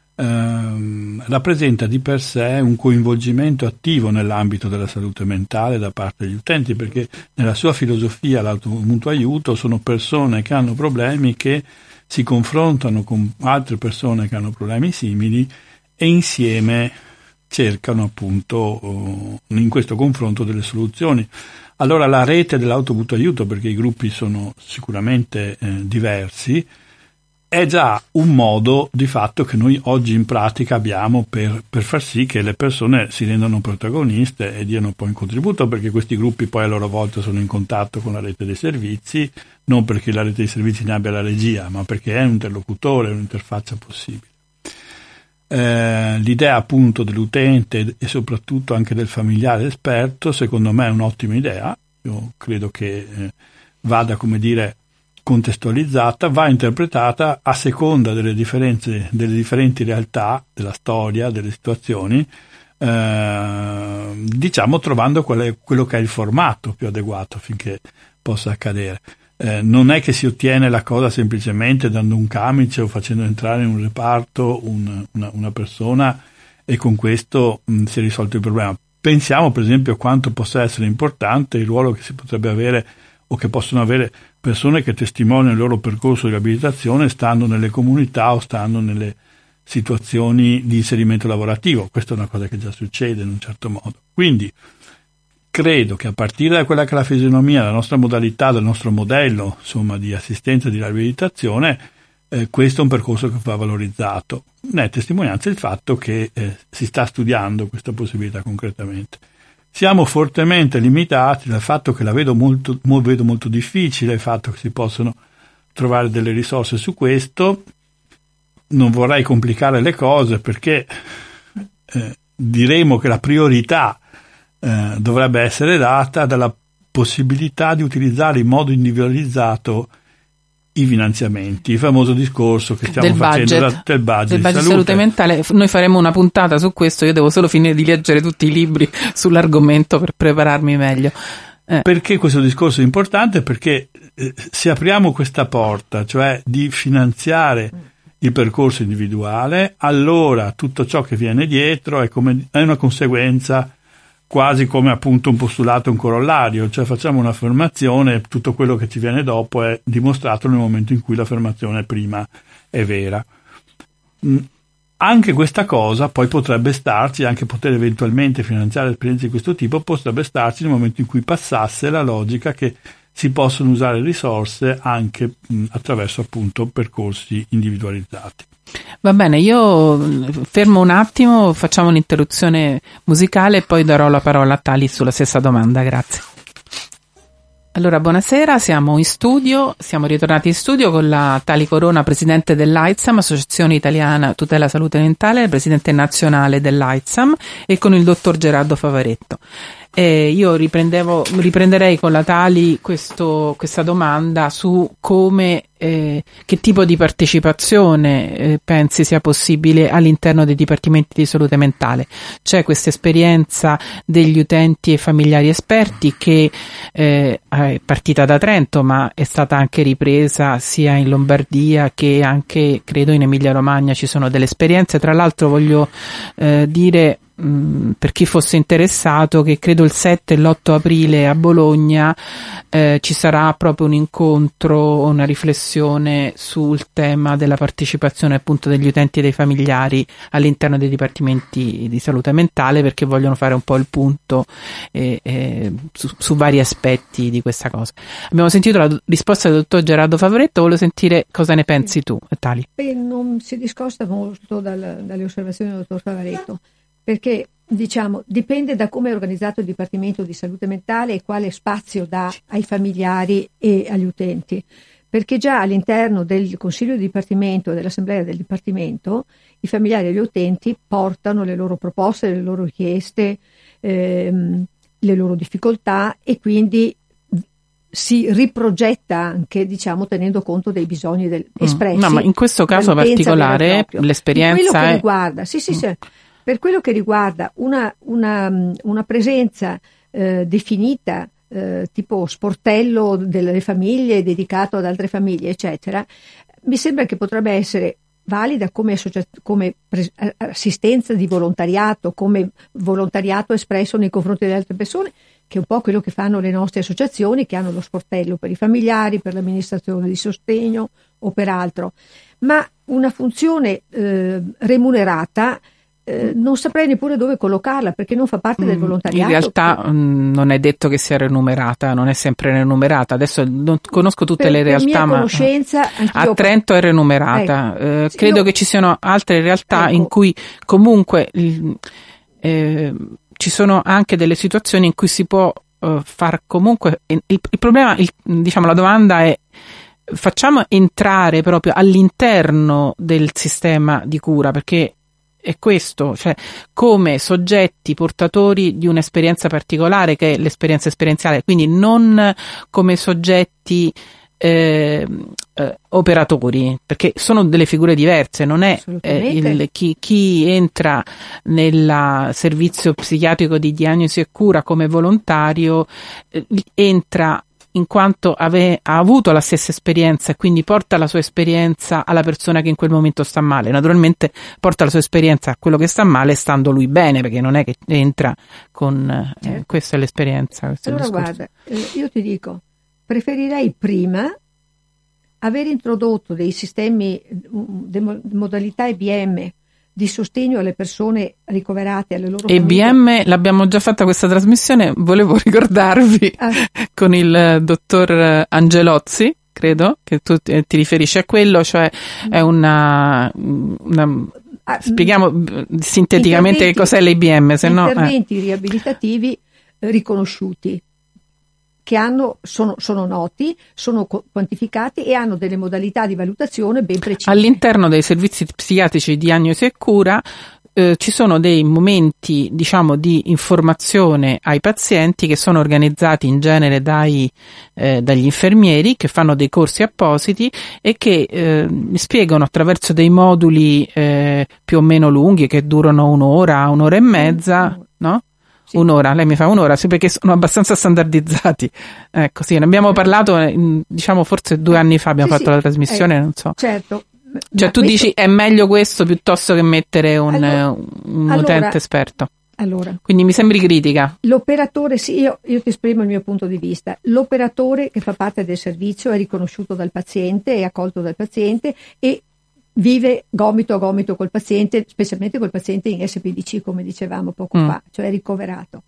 uh, rappresenta di per sé un coinvolgimento attivo nell'ambito della salute mentale da parte degli utenti, perché nella sua filosofia l'automutuo aiuto sono persone che hanno problemi, che si confrontano con altre persone che hanno problemi simili e insieme cercano appunto in questo confronto delle soluzioni. Allora la rete dell'automutuo aiuto, perché i gruppi sono sicuramente eh, diversi, è già un modo di fatto che noi oggi in pratica abbiamo per, per far sì che le persone si rendano protagoniste e diano poi un contributo, perché questi gruppi poi a loro volta sono in contatto con la rete dei servizi, non perché la rete dei servizi ne abbia la regia, ma perché è un interlocutore, un'interfaccia possibile. Eh, l'idea appunto dell'utente e soprattutto anche del familiare esperto secondo me è un'ottima idea. Io credo che eh, vada, come dire, contestualizzata, va interpretata a seconda delle differenze, delle differenti realtà della storia, delle situazioni, eh, diciamo trovando qual è, quello che è il formato più adeguato affinché possa accadere. Eh, non è che si ottiene la cosa semplicemente dando un camice o facendo entrare in un reparto un, una, una persona e con questo mh, si è risolto il problema. Pensiamo per esempio a quanto possa essere importante il ruolo che si potrebbe avere o che possono avere persone che testimoniano il loro percorso di riabilitazione stando nelle comunità o stando nelle situazioni di inserimento lavorativo. Questa è una cosa che già succede in un certo modo. Quindi credo che a partire da quella che è la fisionomia, la nostra modalità, del nostro modello insomma di assistenza e di riabilitazione, eh, questo è un percorso che va valorizzato. Ne è testimonianza il fatto che eh, si sta studiando questa possibilità concretamente. Siamo fortemente limitati dal fatto che la vedo molto, mo, vedo molto difficile, il fatto che si possano trovare delle risorse su questo. Non vorrei complicare le cose perché eh, diremo che la priorità Eh, dovrebbe essere data dalla possibilità di utilizzare in modo individualizzato i finanziamenti, il famoso discorso che stiamo del facendo budget, da, del budget, del budget salute. salute mentale. Noi faremo una puntata su questo, io devo solo finire di leggere tutti i libri sull'argomento per prepararmi meglio. Eh. Perché questo discorso è importante? Perché eh, se apriamo questa porta, cioè di finanziare il percorso individuale, allora tutto ciò che viene dietro è, come, è una conseguenza quasi come appunto un postulato, un corollario, cioè facciamo un'affermazione e tutto quello che ci viene dopo è dimostrato nel momento in cui l'affermazione prima è vera. Anche questa cosa poi potrebbe starci, anche poter eventualmente finanziare esperienze di questo tipo, potrebbe starci nel momento in cui passasse la logica che si possono usare risorse anche mh, attraverso appunto percorsi individualizzati. Va bene, io fermo un attimo, facciamo un'interruzione musicale e poi darò la parola a Tali sulla stessa domanda. Grazie. Allora, buonasera, siamo in studio, siamo ritornati in studio con la Tali Corona, presidente dell'AIDSAM, Associazione Italiana Tutela Salute Mentale, presidente nazionale dell'AIDSAM, e con il dottor Gerardo Favaretto. Eh, io riprendevo, riprenderei con la Tali questo, questa domanda su come, eh, che tipo di partecipazione eh, pensi sia possibile all'interno dei dipartimenti di salute mentale. C'è questa esperienza degli utenti e familiari esperti che eh, è partita da Trento, ma è stata anche ripresa sia in Lombardia che anche, credo, in Emilia Romagna ci sono delle esperienze. Tra l'altro voglio eh, dire, per chi fosse interessato, che credo il sette e l'otto aprile a Bologna eh, ci sarà proprio un incontro, una riflessione sul tema della partecipazione appunto degli utenti e dei familiari all'interno dei dipartimenti di salute mentale, perché vogliono fare un po' il punto eh, eh, su, su vari aspetti di questa cosa. Abbiamo sentito la risposta del dottor Gerardo Favaretto, volevo sentire cosa ne pensi tu, Tali. Beh, non si discosta molto dal, dalle osservazioni del dottor Favaretto, perché diciamo dipende da come è organizzato il Dipartimento di Salute Mentale e quale spazio dà ai familiari e agli utenti, perché già all'interno del Consiglio di Dipartimento e dell'Assemblea del Dipartimento i familiari e gli utenti portano le loro proposte, le loro richieste, ehm, le loro difficoltà, e quindi si riprogetta anche, diciamo, tenendo conto dei bisogni del, espressi. No, ma in questo caso particolare l'esperienza quello che è... riguarda, sì, sì, sì. Per quello che riguarda una, una, una presenza eh, definita, eh, tipo sportello delle famiglie, dedicato ad altre famiglie, eccetera, mi sembra che potrebbe essere valida come, associa- come pres- assistenza di volontariato, come volontariato espresso nei confronti delle altre persone, che è un po' quello che fanno le nostre associazioni, che hanno lo sportello per i familiari, per l'amministrazione di sostegno o per altro. Ma una funzione eh, remunerata, Eh, non saprei neppure dove collocarla, perché non fa parte del volontariato. In realtà mh, non è detto che sia remunerata, non è sempre remunerata. Adesso non conosco tutte per, le realtà, per mia ma conoscenza, a Trento è remunerata. Ecco. Eh, Sì, credo io... che ci siano altre realtà, ecco, in cui comunque eh, ci sono anche delle situazioni in cui si può eh, far comunque. Il, il problema, il, diciamo, la domanda è: facciamo entrare proprio all'interno del sistema di cura, perché è questo, cioè come soggetti portatori di un'esperienza particolare, che è l'esperienza esperienziale, quindi non come soggetti eh, eh, operatori, perché sono delle figure diverse, non è eh, il, chi, chi entra nel servizio psichiatrico di diagnosi e cura come volontario eh, entra in quanto ave, ha avuto la stessa esperienza e quindi porta la sua esperienza alla persona che in quel momento sta male. Naturalmente porta la sua esperienza a quello che sta male stando lui bene, perché non è che entra con eh, questa è l'esperienza. Allora guarda, eh, io ti dico, preferirei prima aver introdotto dei sistemi, de modalità E B M di sostegno alle persone ricoverate, alle loro famiglie. E B M l'abbiamo già fatta questa trasmissione, volevo ricordarvi ah. con il dottor Angelozzi, credo che tu ti riferisci a quello, cioè è una, una ah, spieghiamo sinteticamente che cos'è l'E B M, se no interventi eh. riabilitativi riconosciuti, che hanno, sono, sono noti, sono quantificati e hanno delle modalità di valutazione ben precise. All'interno dei servizi psichiatrici di diagnosi e cura eh, ci sono dei momenti, diciamo, di informazione ai pazienti che sono organizzati in genere dai, eh, dagli infermieri, che fanno dei corsi appositi e che eh, spiegano attraverso dei moduli eh, più o meno lunghi, che durano un'ora, un'ora e mezza, no? Sì. Un'ora, lei mi fa un'ora, sì, perché sono abbastanza standardizzati. Ecco, sì, ne abbiamo parlato, diciamo, forse due anni fa abbiamo sì, fatto sì. la trasmissione, eh, non so. Certo. Cioè tu questo... dici è meglio questo piuttosto che mettere un, allora, un utente allora, esperto. Allora. Quindi mi sembri critica. L'operatore, sì, io, io ti esprimo il mio punto di vista. L'operatore che fa parte del servizio è riconosciuto dal paziente, è accolto dal paziente e vive gomito a gomito col paziente, specialmente col paziente in S P D C, come dicevamo poco mm. fa, cioè ricoverato.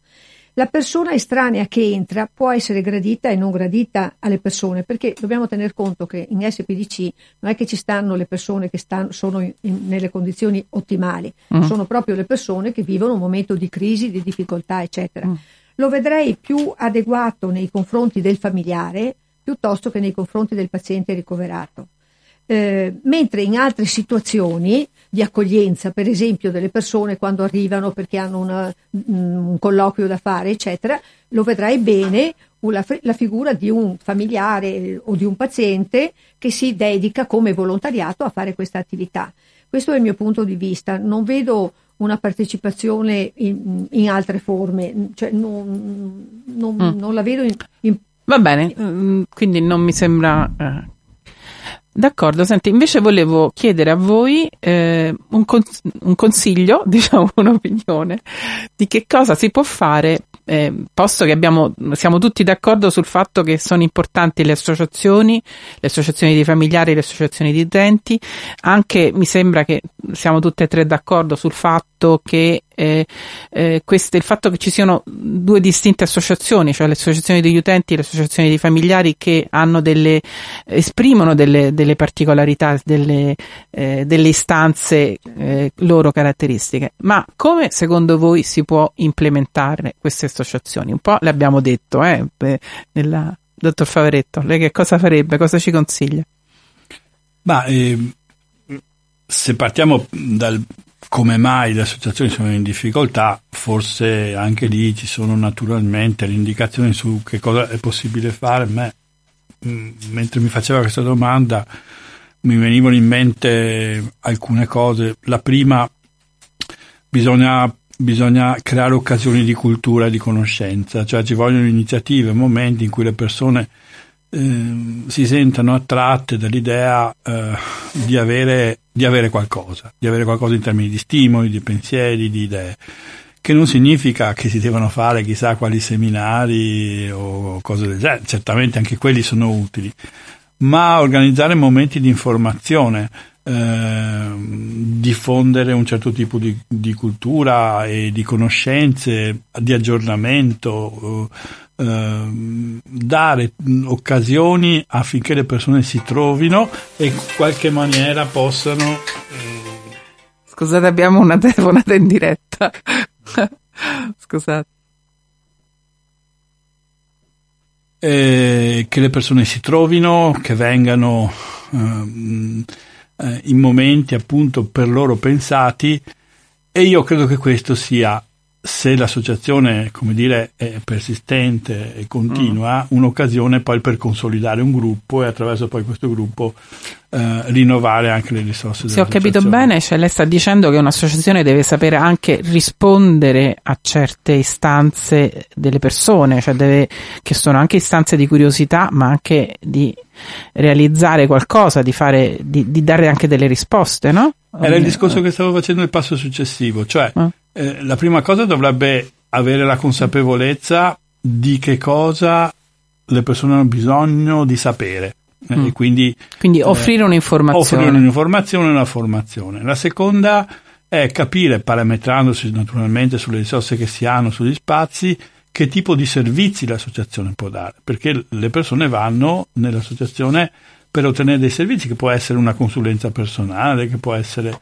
La persona estranea che entra può essere gradita e non gradita alle persone, perché dobbiamo tener conto che in S P D C non è che ci stanno le persone che stanno, sono in, in, nelle condizioni ottimali, mm. sono proprio le persone che vivono un momento di crisi, di difficoltà, eccetera. Mm. Lo vedrei più adeguato nei confronti del familiare piuttosto che nei confronti del paziente ricoverato. Eh, mentre in altre situazioni di accoglienza, per esempio delle persone quando arrivano perché hanno una, un colloquio da fare, eccetera, lo vedrai bene la, la figura di un familiare o di un paziente che si dedica come volontariato a fare questa attività. Questo è il mio punto di vista. Non vedo una partecipazione in, in altre forme, cioè non, non, mm. non la vedo in, in... Va bene, quindi non mi sembra... Eh. D'accordo, senti, invece volevo chiedere a voi eh, un, cons- un consiglio, diciamo un'opinione, di che cosa si può fare, eh, posto che abbiamo, siamo tutti d'accordo sul fatto che sono importanti le associazioni, le associazioni di familiari, le associazioni di utenti, anche mi sembra che siamo tutte e tre d'accordo sul fatto che eh, eh, questo, il fatto che ci siano due distinte associazioni, cioè le associazioni degli utenti e le associazioni dei familiari, che hanno delle, esprimono delle, delle particolarità, delle, eh, delle istanze eh, loro caratteristiche. Ma come secondo voi si può implementare queste associazioni? Un po' le abbiamo detto, eh, nella, dottor Favaretto, lei che cosa farebbe, cosa ci consiglia? Ma eh, se partiamo dal come mai le associazioni sono in difficoltà, forse anche lì ci sono naturalmente le indicazioni su che cosa è possibile fare. Ma mh, mentre mi faceva questa domanda mi venivano in mente alcune cose. La prima, bisogna bisogna creare occasioni di cultura e di conoscenza, cioè ci vogliono iniziative, momenti in cui le persone eh, si sentano attratte dall'idea eh, di avere di avere qualcosa, di avere qualcosa in termini di stimoli, di pensieri, di idee, che non significa che si devono fare chissà quali seminari o cose del genere, certamente anche quelli sono utili, ma organizzare momenti di informazione, eh, diffondere un certo tipo di, di cultura e di conoscenze, di aggiornamento, eh, dare occasioni affinché le persone si trovino e in qualche maniera possano... Eh... Scusate, abbiamo una telefonata in diretta. Scusate. Eh, che le persone si trovino, che vengano eh, eh, in momenti appunto per loro pensati, e io credo che questo sia, se l'associazione, come dire, è persistente e continua, mm. un'occasione poi per consolidare un gruppo e attraverso poi questo gruppo eh, rinnovare anche le risorse. Se ho capito bene, cioè lei sta dicendo che un'associazione deve sapere anche rispondere a certe istanze delle persone, cioè deve, che sono anche istanze di curiosità, ma anche di realizzare qualcosa, di fare, di, di dare anche delle risposte, no? Era il discorso che stavo facendo il passo successivo, cioè mm. eh, la prima cosa dovrebbe avere la consapevolezza di che cosa le persone hanno bisogno di sapere. Mm. E quindi, quindi offrire eh, un'informazione. Offrire un'informazione e una formazione. La seconda è capire, parametrandosi naturalmente sulle risorse che si hanno, sugli spazi, che tipo di servizi l'associazione può dare, perché le persone vanno nell'associazione per ottenere dei servizi, che può essere una consulenza personale, che può essere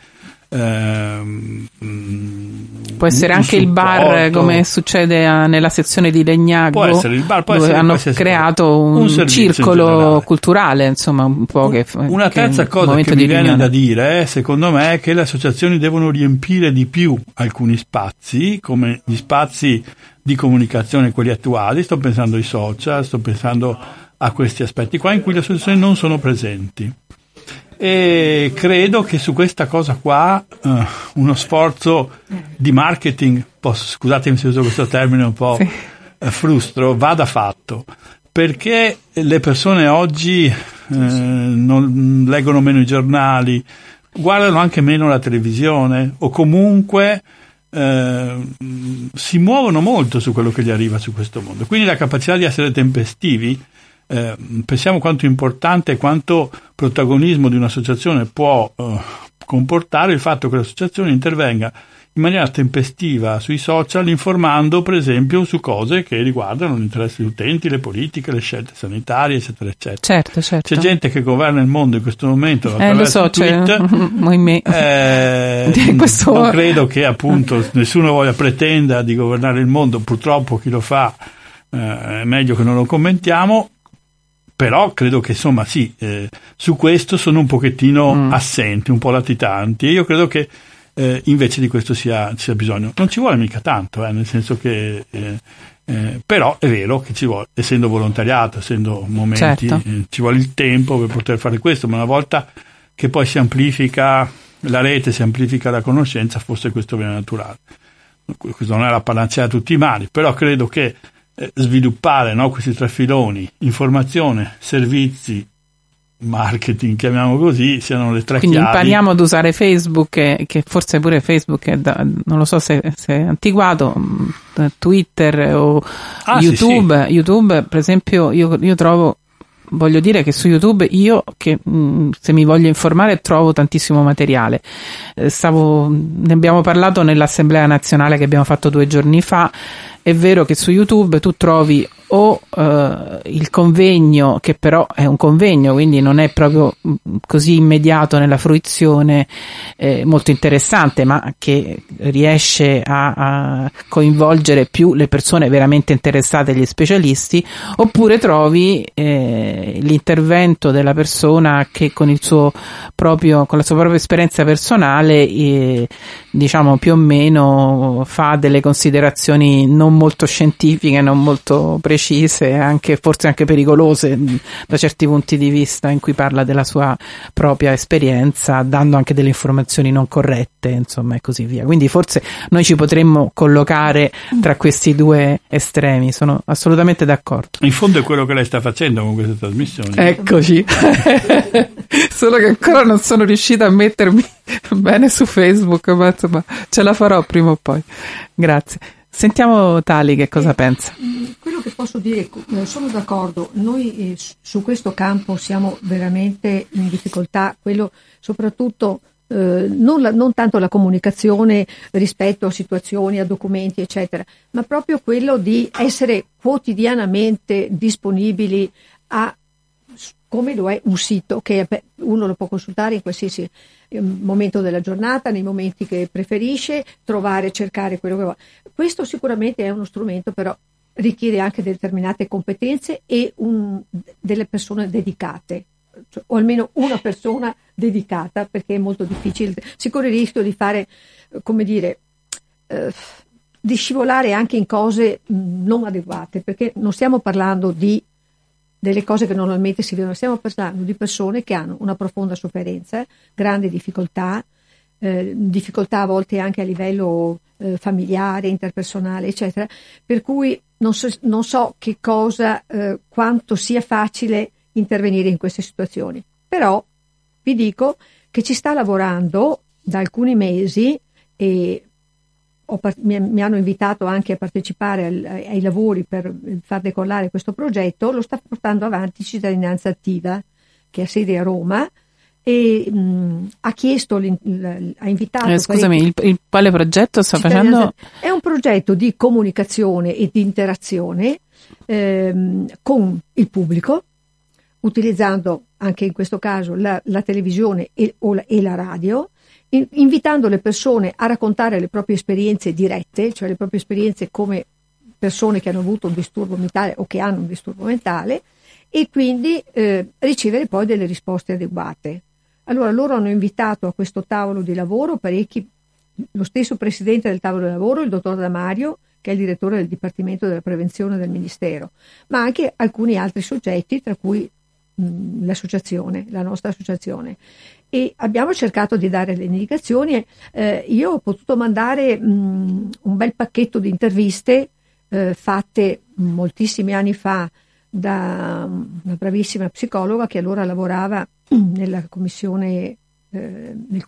ehm, può essere anche supporto. Il bar, come succede a, nella sezione di Legnago, può essere il bar, può dove essere hanno creato un, un circolo culturale, insomma, un po' che una terza che cosa che mi viene da dire, secondo me, è che le associazioni devono riempire di più alcuni spazi, come gli spazi di comunicazione, quelli attuali. Sto pensando ai social, sto pensando a questi aspetti qua in cui le associazioni non sono presenti, e credo che su questa cosa qua uh, uno sforzo di marketing, posso, scusatemi se uso questo termine un po' sì. uh, frustro, vada fatto, perché le persone oggi uh, non leggono meno i giornali, guardano anche meno la televisione, o comunque Uh, si muovono molto su quello che gli arriva su questo mondo, quindi la capacità di essere tempestivi, uh, pensiamo quanto importante e quanto protagonismo di un'associazione può, uh, comportare il fatto che l'associazione intervenga in maniera tempestiva sui social, informando per esempio su cose che riguardano l'interesse degli utenti, le politiche, le scelte sanitarie, eccetera, eccetera. Certo, certo. C'è gente che governa il mondo in questo momento eh, lo so, tweet, cioè, eh, questo... non credo che appunto nessuno voglia pretenda di governare il mondo, purtroppo chi lo fa eh, è meglio che non lo commentiamo. Però credo che insomma sì, eh, su questo sono un pochettino mm. assenti, un po' latitanti, e io credo che eh, invece di questo sia, sia bisogno. Non ci vuole mica tanto, eh, nel senso che eh, eh, però è vero che ci vuole, essendo volontariato, essendo momenti, certo. eh, ci vuole il tempo per poter fare questo, ma una volta che poi si amplifica la rete, si amplifica la conoscenza, forse questo viene naturale. Questo non è la panacea a tutti i mali, però credo che sviluppare, no, questi tre filoni, informazione, servizi, marketing, chiamiamo così, siano le tre quindi chiavi. Impariamo ad usare Facebook, che, che forse pure Facebook è da, non lo so se, se è antiquato, Twitter o ah, YouTube. Sì, sì. YouTube per esempio io, io trovo, voglio dire che su YouTube io che mh, se mi voglio informare trovo tantissimo materiale. Eh, stavo, ne abbiamo parlato nell'Assemblea Nazionale che abbiamo fatto due giorni fa. È vero che su YouTube tu trovi o eh, il convegno, che però è un convegno, quindi non è proprio così immediato nella fruizione, eh, molto interessante, ma che riesce a, a coinvolgere più le persone veramente interessate, gli specialisti, oppure trovi eh, l'intervento della persona che con il suo proprio, con la sua propria esperienza personale, eh, diciamo più o meno fa delle considerazioni non molto scientifiche, non molto precise, anche forse anche pericolose da certi punti di vista, in cui parla della sua propria esperienza, dando anche delle informazioni non corrette, insomma, e così via. Quindi forse noi ci potremmo collocare tra questi due estremi, sono assolutamente d'accordo. In fondo è quello che lei sta facendo con queste trasmissioni. Eccoci. Solo che ancora non sono riuscita a mettermi bene su Facebook, ma insomma ce la farò prima o poi. Grazie. Sentiamo Tali che cosa eh, pensa. Quello che posso dire, sono d'accordo, noi eh, su questo campo siamo veramente in difficoltà, quello soprattutto eh, non, la, non tanto la comunicazione rispetto a situazioni, a documenti eccetera, ma proprio quello di essere quotidianamente disponibili a, come lo è un sito che uno lo può consultare in qualsiasi momento della giornata, nei momenti che preferisce, trovare, cercare quello che vuole. Questo sicuramente è uno strumento, però richiede anche determinate competenze e un, delle persone dedicate, cioè, o almeno una persona dedicata, perché è molto difficile. Si corre il rischio di fare, come dire, eh, di scivolare anche in cose mh, non adeguate, perché non stiamo parlando di delle cose che normalmente si vedono, stiamo parlando di persone che hanno una profonda sofferenza, grandi difficoltà, eh, difficoltà a volte anche a livello eh, familiare, interpersonale, eccetera, per cui non so, non so che cosa, eh, quanto sia facile intervenire in queste situazioni. Però vi dico che ci sta lavorando da alcuni mesi e Ho, mi, mi hanno invitato anche a partecipare al, ai lavori per far decollare questo progetto. Lo sta portando avanti Cittadinanza Attiva, che ha sede a Roma, e mh, ha chiesto, ha invitato... Eh, scusami, il, il quale progetto sta facendo? È un progetto di comunicazione e di interazione ehm, con il pubblico, utilizzando anche in questo caso la, la televisione e, o la, e la radio, invitando le persone a raccontare le proprie esperienze dirette, cioè le proprie esperienze come persone che hanno avuto un disturbo mentale o che hanno un disturbo mentale, e quindi eh, ricevere poi delle risposte adeguate. Allora loro hanno invitato a questo tavolo di lavoro parecchi, lo stesso presidente del tavolo di lavoro, il dottor Damario, che è il direttore del Dipartimento della Prevenzione del Ministero, ma anche alcuni altri soggetti, tra cui mh, l'associazione, la nostra associazione. E abbiamo cercato di dare le indicazioni. Eh, io ho potuto mandare mh, un bel pacchetto di interviste eh, fatte moltissimi anni fa da una bravissima psicologa che allora lavorava nella commissione eh, nel,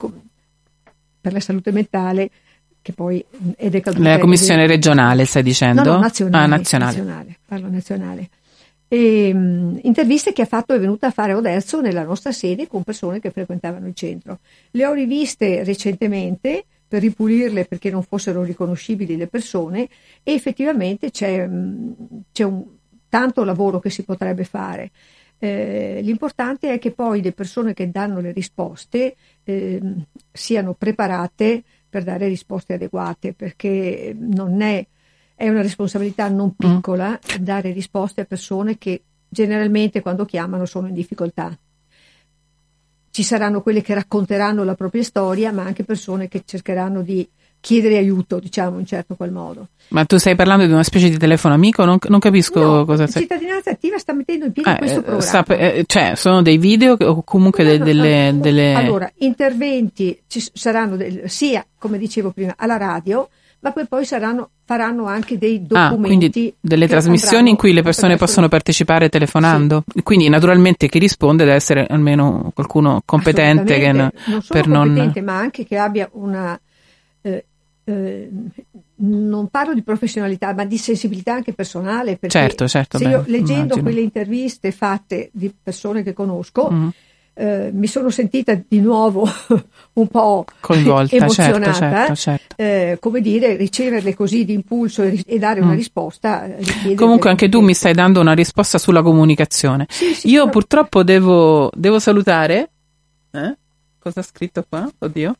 per la salute mentale, che poi è decaduta. La commissione regionale, stai dicendo? No, no, nazionale, ah, nazionale. nazionale, parlo nazionale. E, mh, interviste che ha fatto, è venuta a fare adesso nella nostra sede con persone che frequentavano il centro. Le ho riviste recentemente per ripulirle perché non fossero riconoscibili le persone, e effettivamente c'è, mh, c'è un, tanto lavoro che si potrebbe fare. Eh, l'importante è che poi le persone che danno le risposte eh, siano preparate per dare risposte adeguate, perché non è, è una responsabilità non piccola mm. dare risposte a persone che generalmente quando chiamano sono in difficoltà. Ci saranno quelle che racconteranno la propria storia, ma anche persone che cercheranno di chiedere aiuto, diciamo in certo qual modo. Ma tu stai parlando di una specie di telefono amico? Non, non capisco no, cosa sei. Cittadinanza Attiva sta mettendo in piedi eh, questo programma. Sta, eh, cioè, sono dei video o comunque no, de, no, delle, no, delle... Allora, interventi ci saranno del, sia, come dicevo prima, alla radio, ma poi poi saranno, faranno anche dei documenti. Ah, quindi delle trasmissioni in cui le persone possono partecipare telefonando. Sì. Quindi naturalmente chi risponde deve essere almeno qualcuno competente. Che non solo per competente, non... ma anche che abbia una... Eh, eh, non parlo di professionalità, ma di sensibilità anche personale. Perché certo, certo. se beh, io leggendo immagino. quelle interviste fatte di persone che conosco, mm. Eh, mi sono sentita di nuovo un po' coinvolta, emozionata, certo, certo, certo. Eh, come dire, riceverle così di impulso e, e dare mm. una risposta. Comunque anche tu mi stai dando una risposta sulla comunicazione. Sì, sì, Io però... purtroppo devo, devo salutare. Eh? Cosa ha scritto qua? Oddio.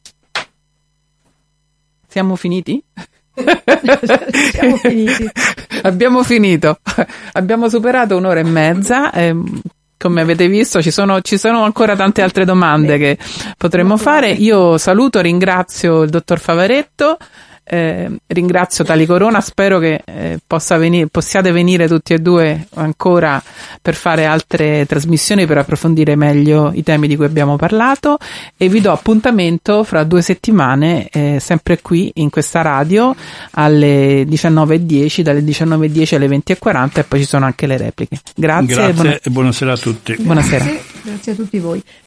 Siamo finiti? Siamo finiti. Abbiamo finito. Abbiamo superato un'ora e mezza. Ehm, Come avete visto ci sono, ci sono ancora tante altre domande che potremmo fare. Io saluto, ringrazio il dottor Favaretto, eh, ringrazio Tali Corona, spero che eh, possa venire, possiate venire tutti e due ancora per fare altre trasmissioni per approfondire meglio i temi di cui abbiamo parlato, e vi do appuntamento fra due settimane eh, sempre qui in questa radio alle diciannove e dieci, dalle diciannove e dieci alle venti e quaranta, e poi ci sono anche le repliche. Grazie, Grazie e buona... e buonasera a tutti. Buonasera. Grazie, grazie a tutti voi.